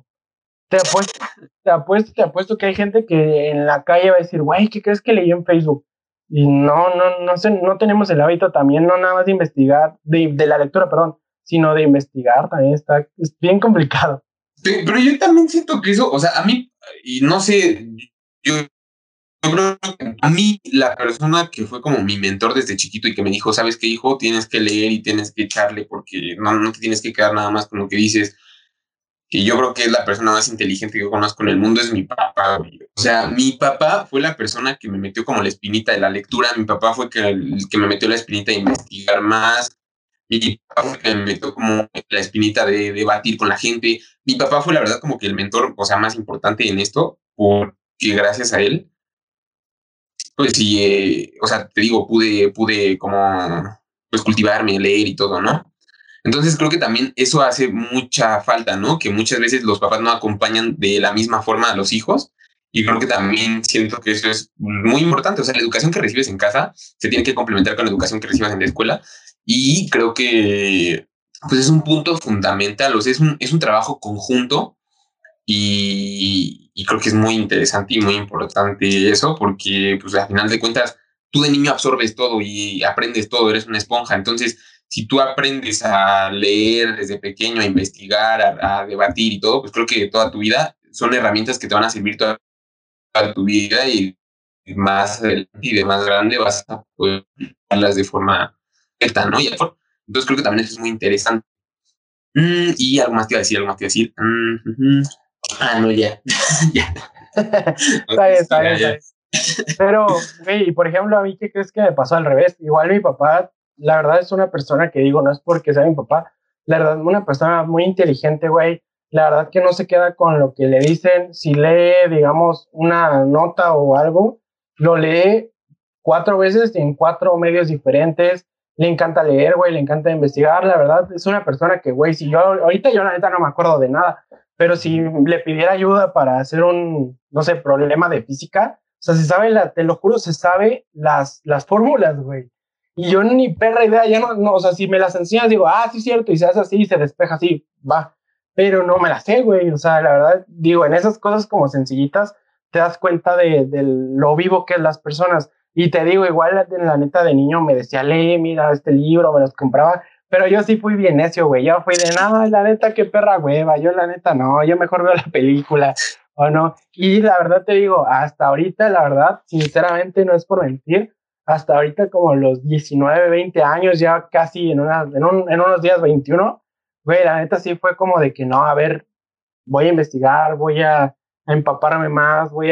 Te apuesto que hay gente que en la calle va a decir, güey, ¿qué crees que leí en Facebook? Y no sé, no tenemos el hábito también, no nada más de investigar, de la lectura, perdón, sino de investigar también es bien complicado. Pero yo también siento que eso, o sea, a mí, y no sé, yo yo creo que a mí, la persona que fue como mi mentor desde chiquito y que me dijo, ¿sabes qué, hijo? Tienes que leer y tienes que echarle porque no te tienes que quedar nada más con lo que dices. Y yo creo que es la persona más inteligente que yo conozco en el mundo, es mi papá, güey. O sea, mi papá fue la persona que me metió como la espinita de la lectura. Mi papá fue el que me metió la espinita de investigar más. Mi papá fue el que me metió como la espinita de debatir con la gente. Mi papá fue la verdad como que el mentor, o sea, más importante en esto, porque gracias a él pues sí, o sea, te digo, pude como, pues cultivarme, leer y todo, ¿no? Entonces creo que también eso hace mucha falta, ¿no? Que muchas veces los papás no acompañan de la misma forma a los hijos. Y creo que también siento que eso es muy importante. O sea, la educación que recibes en casa se tiene que complementar con la educación que recibas en la escuela. Y creo que pues es un punto fundamental. O sea, es un trabajo conjunto y creo que es muy interesante y muy importante eso porque, pues, al final de cuentas, tú de niño absorbes todo y aprendes todo, eres una esponja. Entonces, si tú aprendes a leer desde pequeño, a investigar, a debatir y todo, pues creo que toda tu vida son herramientas que te van a servir toda tu vida y más adelante y de más grande vas a poder hablarlas de forma correcta, ¿no? Entonces creo que también eso es muy interesante. Y algo más te iba a decir, algo más te iba a decir. No, ya. Ya. Está bien, está bien, está bien. Pero, güey, por ejemplo, a mí, ¿qué crees que me pasó al revés? Igual mi papá, la verdad es una persona que digo, no es porque sea mi papá, la verdad es una persona muy inteligente, güey. La verdad que no se queda con lo que le dicen. Si lee, digamos, una nota o algo, lo lee 4 veces en 4 medios diferentes. Le encanta leer, güey, le encanta investigar. La verdad es una persona que, güey, si yo, ahorita yo la neta no me acuerdo de nada, pero si le pidiera ayuda para hacer un, no sé, problema de física, o sea, se sabe, te lo juro, se sabe las fórmulas, güey. Y yo ni perra idea, ya no, o sea, si me las enseñas, digo, sí, es cierto, y se hace así, y se despeja así, va. Pero no me las sé, güey. O sea, la verdad, digo, en esas cosas como sencillitas, te das cuenta de lo vivo que es las personas. Y te digo, igual la neta de niño me decía, lee, mira este libro, me los compraba. Pero yo sí fui bien necio, güey. Yo fui de, no, la neta, qué perra hueva. Yo la neta, no, yo mejor veo la película o no. Y la verdad te digo, hasta ahorita, la verdad, sinceramente, no es por mentir, hasta ahorita como los 19 20 años, ya casi en unos días 21, güey, la neta sí fue como de que no, a ver, voy a investigar, voy a empaparme más, voy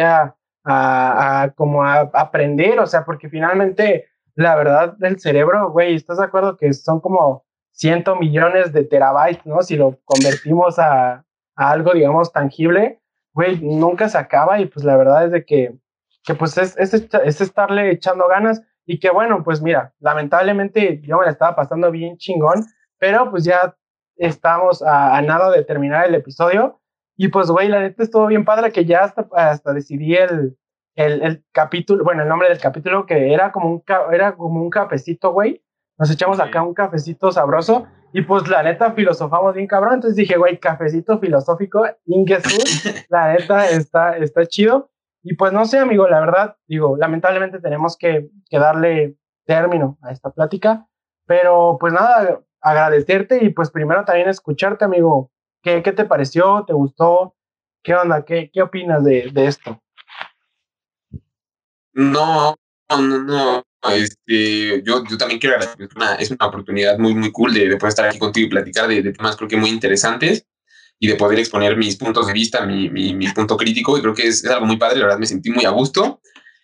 a como a aprender, o sea, porque finalmente, la verdad, del cerebro, güey, ¿estás de acuerdo que son como 100 millones de terabytes, ¿no? Si lo convertimos a algo, digamos, tangible, güey, nunca se acaba y pues la verdad es de que pues es estarle echando ganas y que bueno, pues mira, lamentablemente yo me la estaba pasando bien chingón, pero pues ya estamos a nada de terminar el episodio y pues, güey, la neta estuvo bien padre que ya hasta decidí el capítulo, bueno, el nombre del capítulo, que era como un cafecito, güey. Nos echamos acá un cafecito sabroso y pues la neta filosofamos bien cabrón. Entonces dije, güey, cafecito filosófico, Ingesu, la neta está chido. Y pues no sé, amigo, la verdad, digo, lamentablemente tenemos que darle término a esta plática, pero pues nada, agradecerte y pues primero también escucharte, amigo. ¿Qué te pareció? ¿Te gustó? ¿Qué onda? ¿Qué opinas de esto? No, no. Yo también quiero agradecer. Es una oportunidad muy, muy cool de poder estar aquí contigo y platicar de temas, creo que muy interesantes y de poder exponer mis puntos de vista, mi punto crítico. Y creo que es algo muy padre. La verdad, me sentí muy a gusto.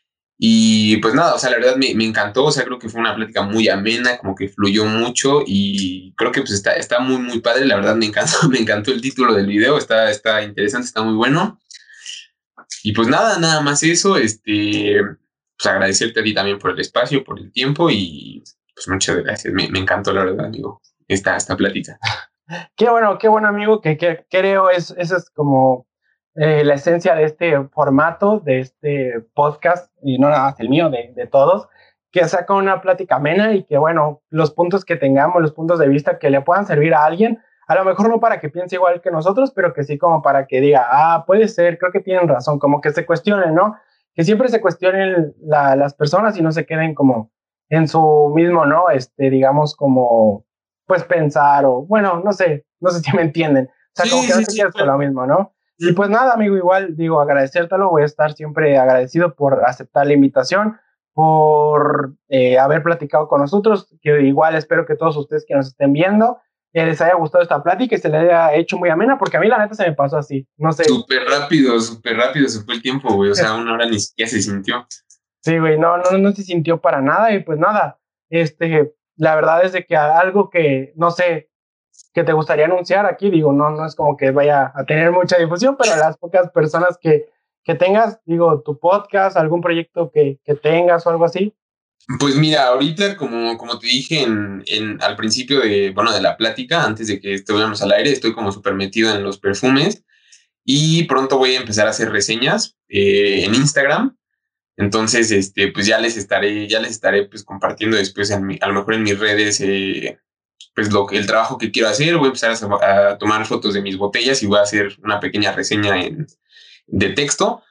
Y pues nada, o sea, la verdad me encantó. O sea, creo que fue una plática muy amena, como que fluyó mucho. Y creo que pues está muy, muy padre. La verdad, me encantó, me encantó el título del video. Está interesante, está muy bueno. Y pues nada más eso, pues agradecerte a ti también por el espacio, por el tiempo y pues muchas gracias. Me encantó la verdad, amigo, esta plática. Qué bueno amigo, que creo esa es como la esencia de este formato, de este podcast, y no nada más el mío, de todos, que saca una plática amena y que bueno, los puntos que tengamos, los puntos de vista que le puedan servir a alguien, a lo mejor no para que piense igual que nosotros, pero que sí como para que diga, puede ser, creo que tienen razón, como que se cuestionen, ¿no? Que siempre se cuestionen las personas y no se queden como en su mismo, ¿no? Digamos como pues pensar o, bueno, no sé si me entienden. O sea, como que no te quedas con lo mismo, ¿no? Y pues nada, amigo, igual digo, agradecértelo, voy a estar siempre agradecido por aceptar la invitación, por haber platicado con nosotros, que igual espero que todos ustedes que nos estén viendo les haya gustado esta plática y se les haya hecho muy amena, porque a mí la neta se me pasó así, no sé. Súper rápido se fue el tiempo, güey, o sea, una hora ni siquiera se sintió. Sí, güey, no se sintió para nada y pues nada, la verdad es de que algo que, no sé, que te gustaría anunciar aquí, digo, no es como que vaya a tener mucha difusión, pero las pocas personas que tengas, digo, tu podcast, algún proyecto que tengas o algo así. Pues mira, ahorita, como te dije al principio de la plática, antes de que estuviéramos al aire, estoy como súper metido en los perfumes y pronto voy a empezar a hacer reseñas en Instagram. Entonces, pues ya les estaré pues compartiendo después a lo mejor en mis redes, pues el trabajo que quiero hacer. Voy a empezar a tomar fotos de mis botellas y voy a hacer una pequeña reseña de texto.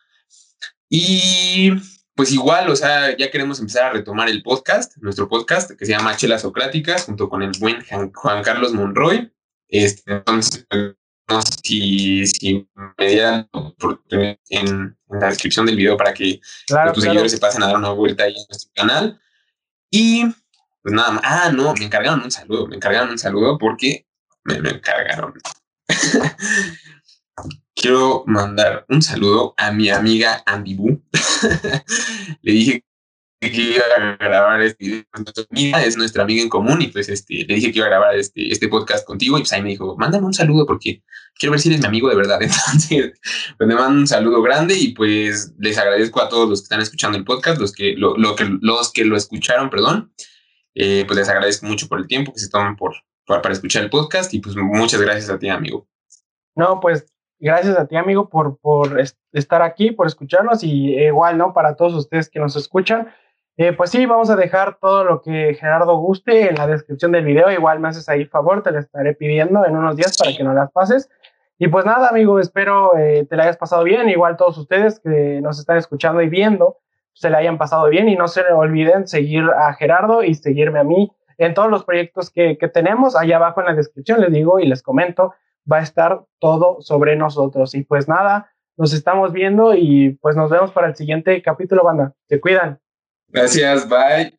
Y pues igual, o sea, ya queremos empezar a retomar nuestro podcast, que se llama Chelas Socráticas, junto con el buen Juan Carlos Monroy. Entonces, pues, no sé si me dieran oportunidad en la descripción del video para que pues, Claro, tus claro. seguidores se pasen a dar una vuelta ahí en nuestro canal. Y pues nada más. No, me encargaron un saludo porque me encargaron. quiero mandar un saludo a mi amiga Andy Boo. Le dije que iba a grabar este video con nuestra amiga, es nuestra amiga en común, y pues le dije que iba a grabar este podcast contigo, y pues ahí me dijo, mándame un saludo porque quiero ver si eres mi amigo de verdad. Entonces, pues le mando un saludo grande, y pues les agradezco a todos los que están escuchando el podcast, los que lo escucharon, perdón. Pues les agradezco mucho por el tiempo que se toman para escuchar el podcast, y pues muchas gracias a ti, amigo. No, pues gracias a ti, amigo, por estar aquí, por escucharnos y igual, ¿no? Para todos ustedes que nos escuchan. Pues sí, vamos a dejar todo lo que Gerardo guste en la descripción del video. Igual me haces ahí favor, te lo estaré pidiendo en unos días para que nos las pases. Y pues nada, amigo, espero te la hayas pasado bien. Igual todos ustedes que nos están escuchando y viendo, se la hayan pasado bien y no se olviden seguir a Gerardo y seguirme a mí en todos los proyectos que tenemos. Allá abajo en la descripción les digo y les comento, va a estar todo sobre nosotros. Y pues nada, nos estamos viendo y pues nos vemos para el siguiente capítulo, banda. Se cuidan. Gracias, bye.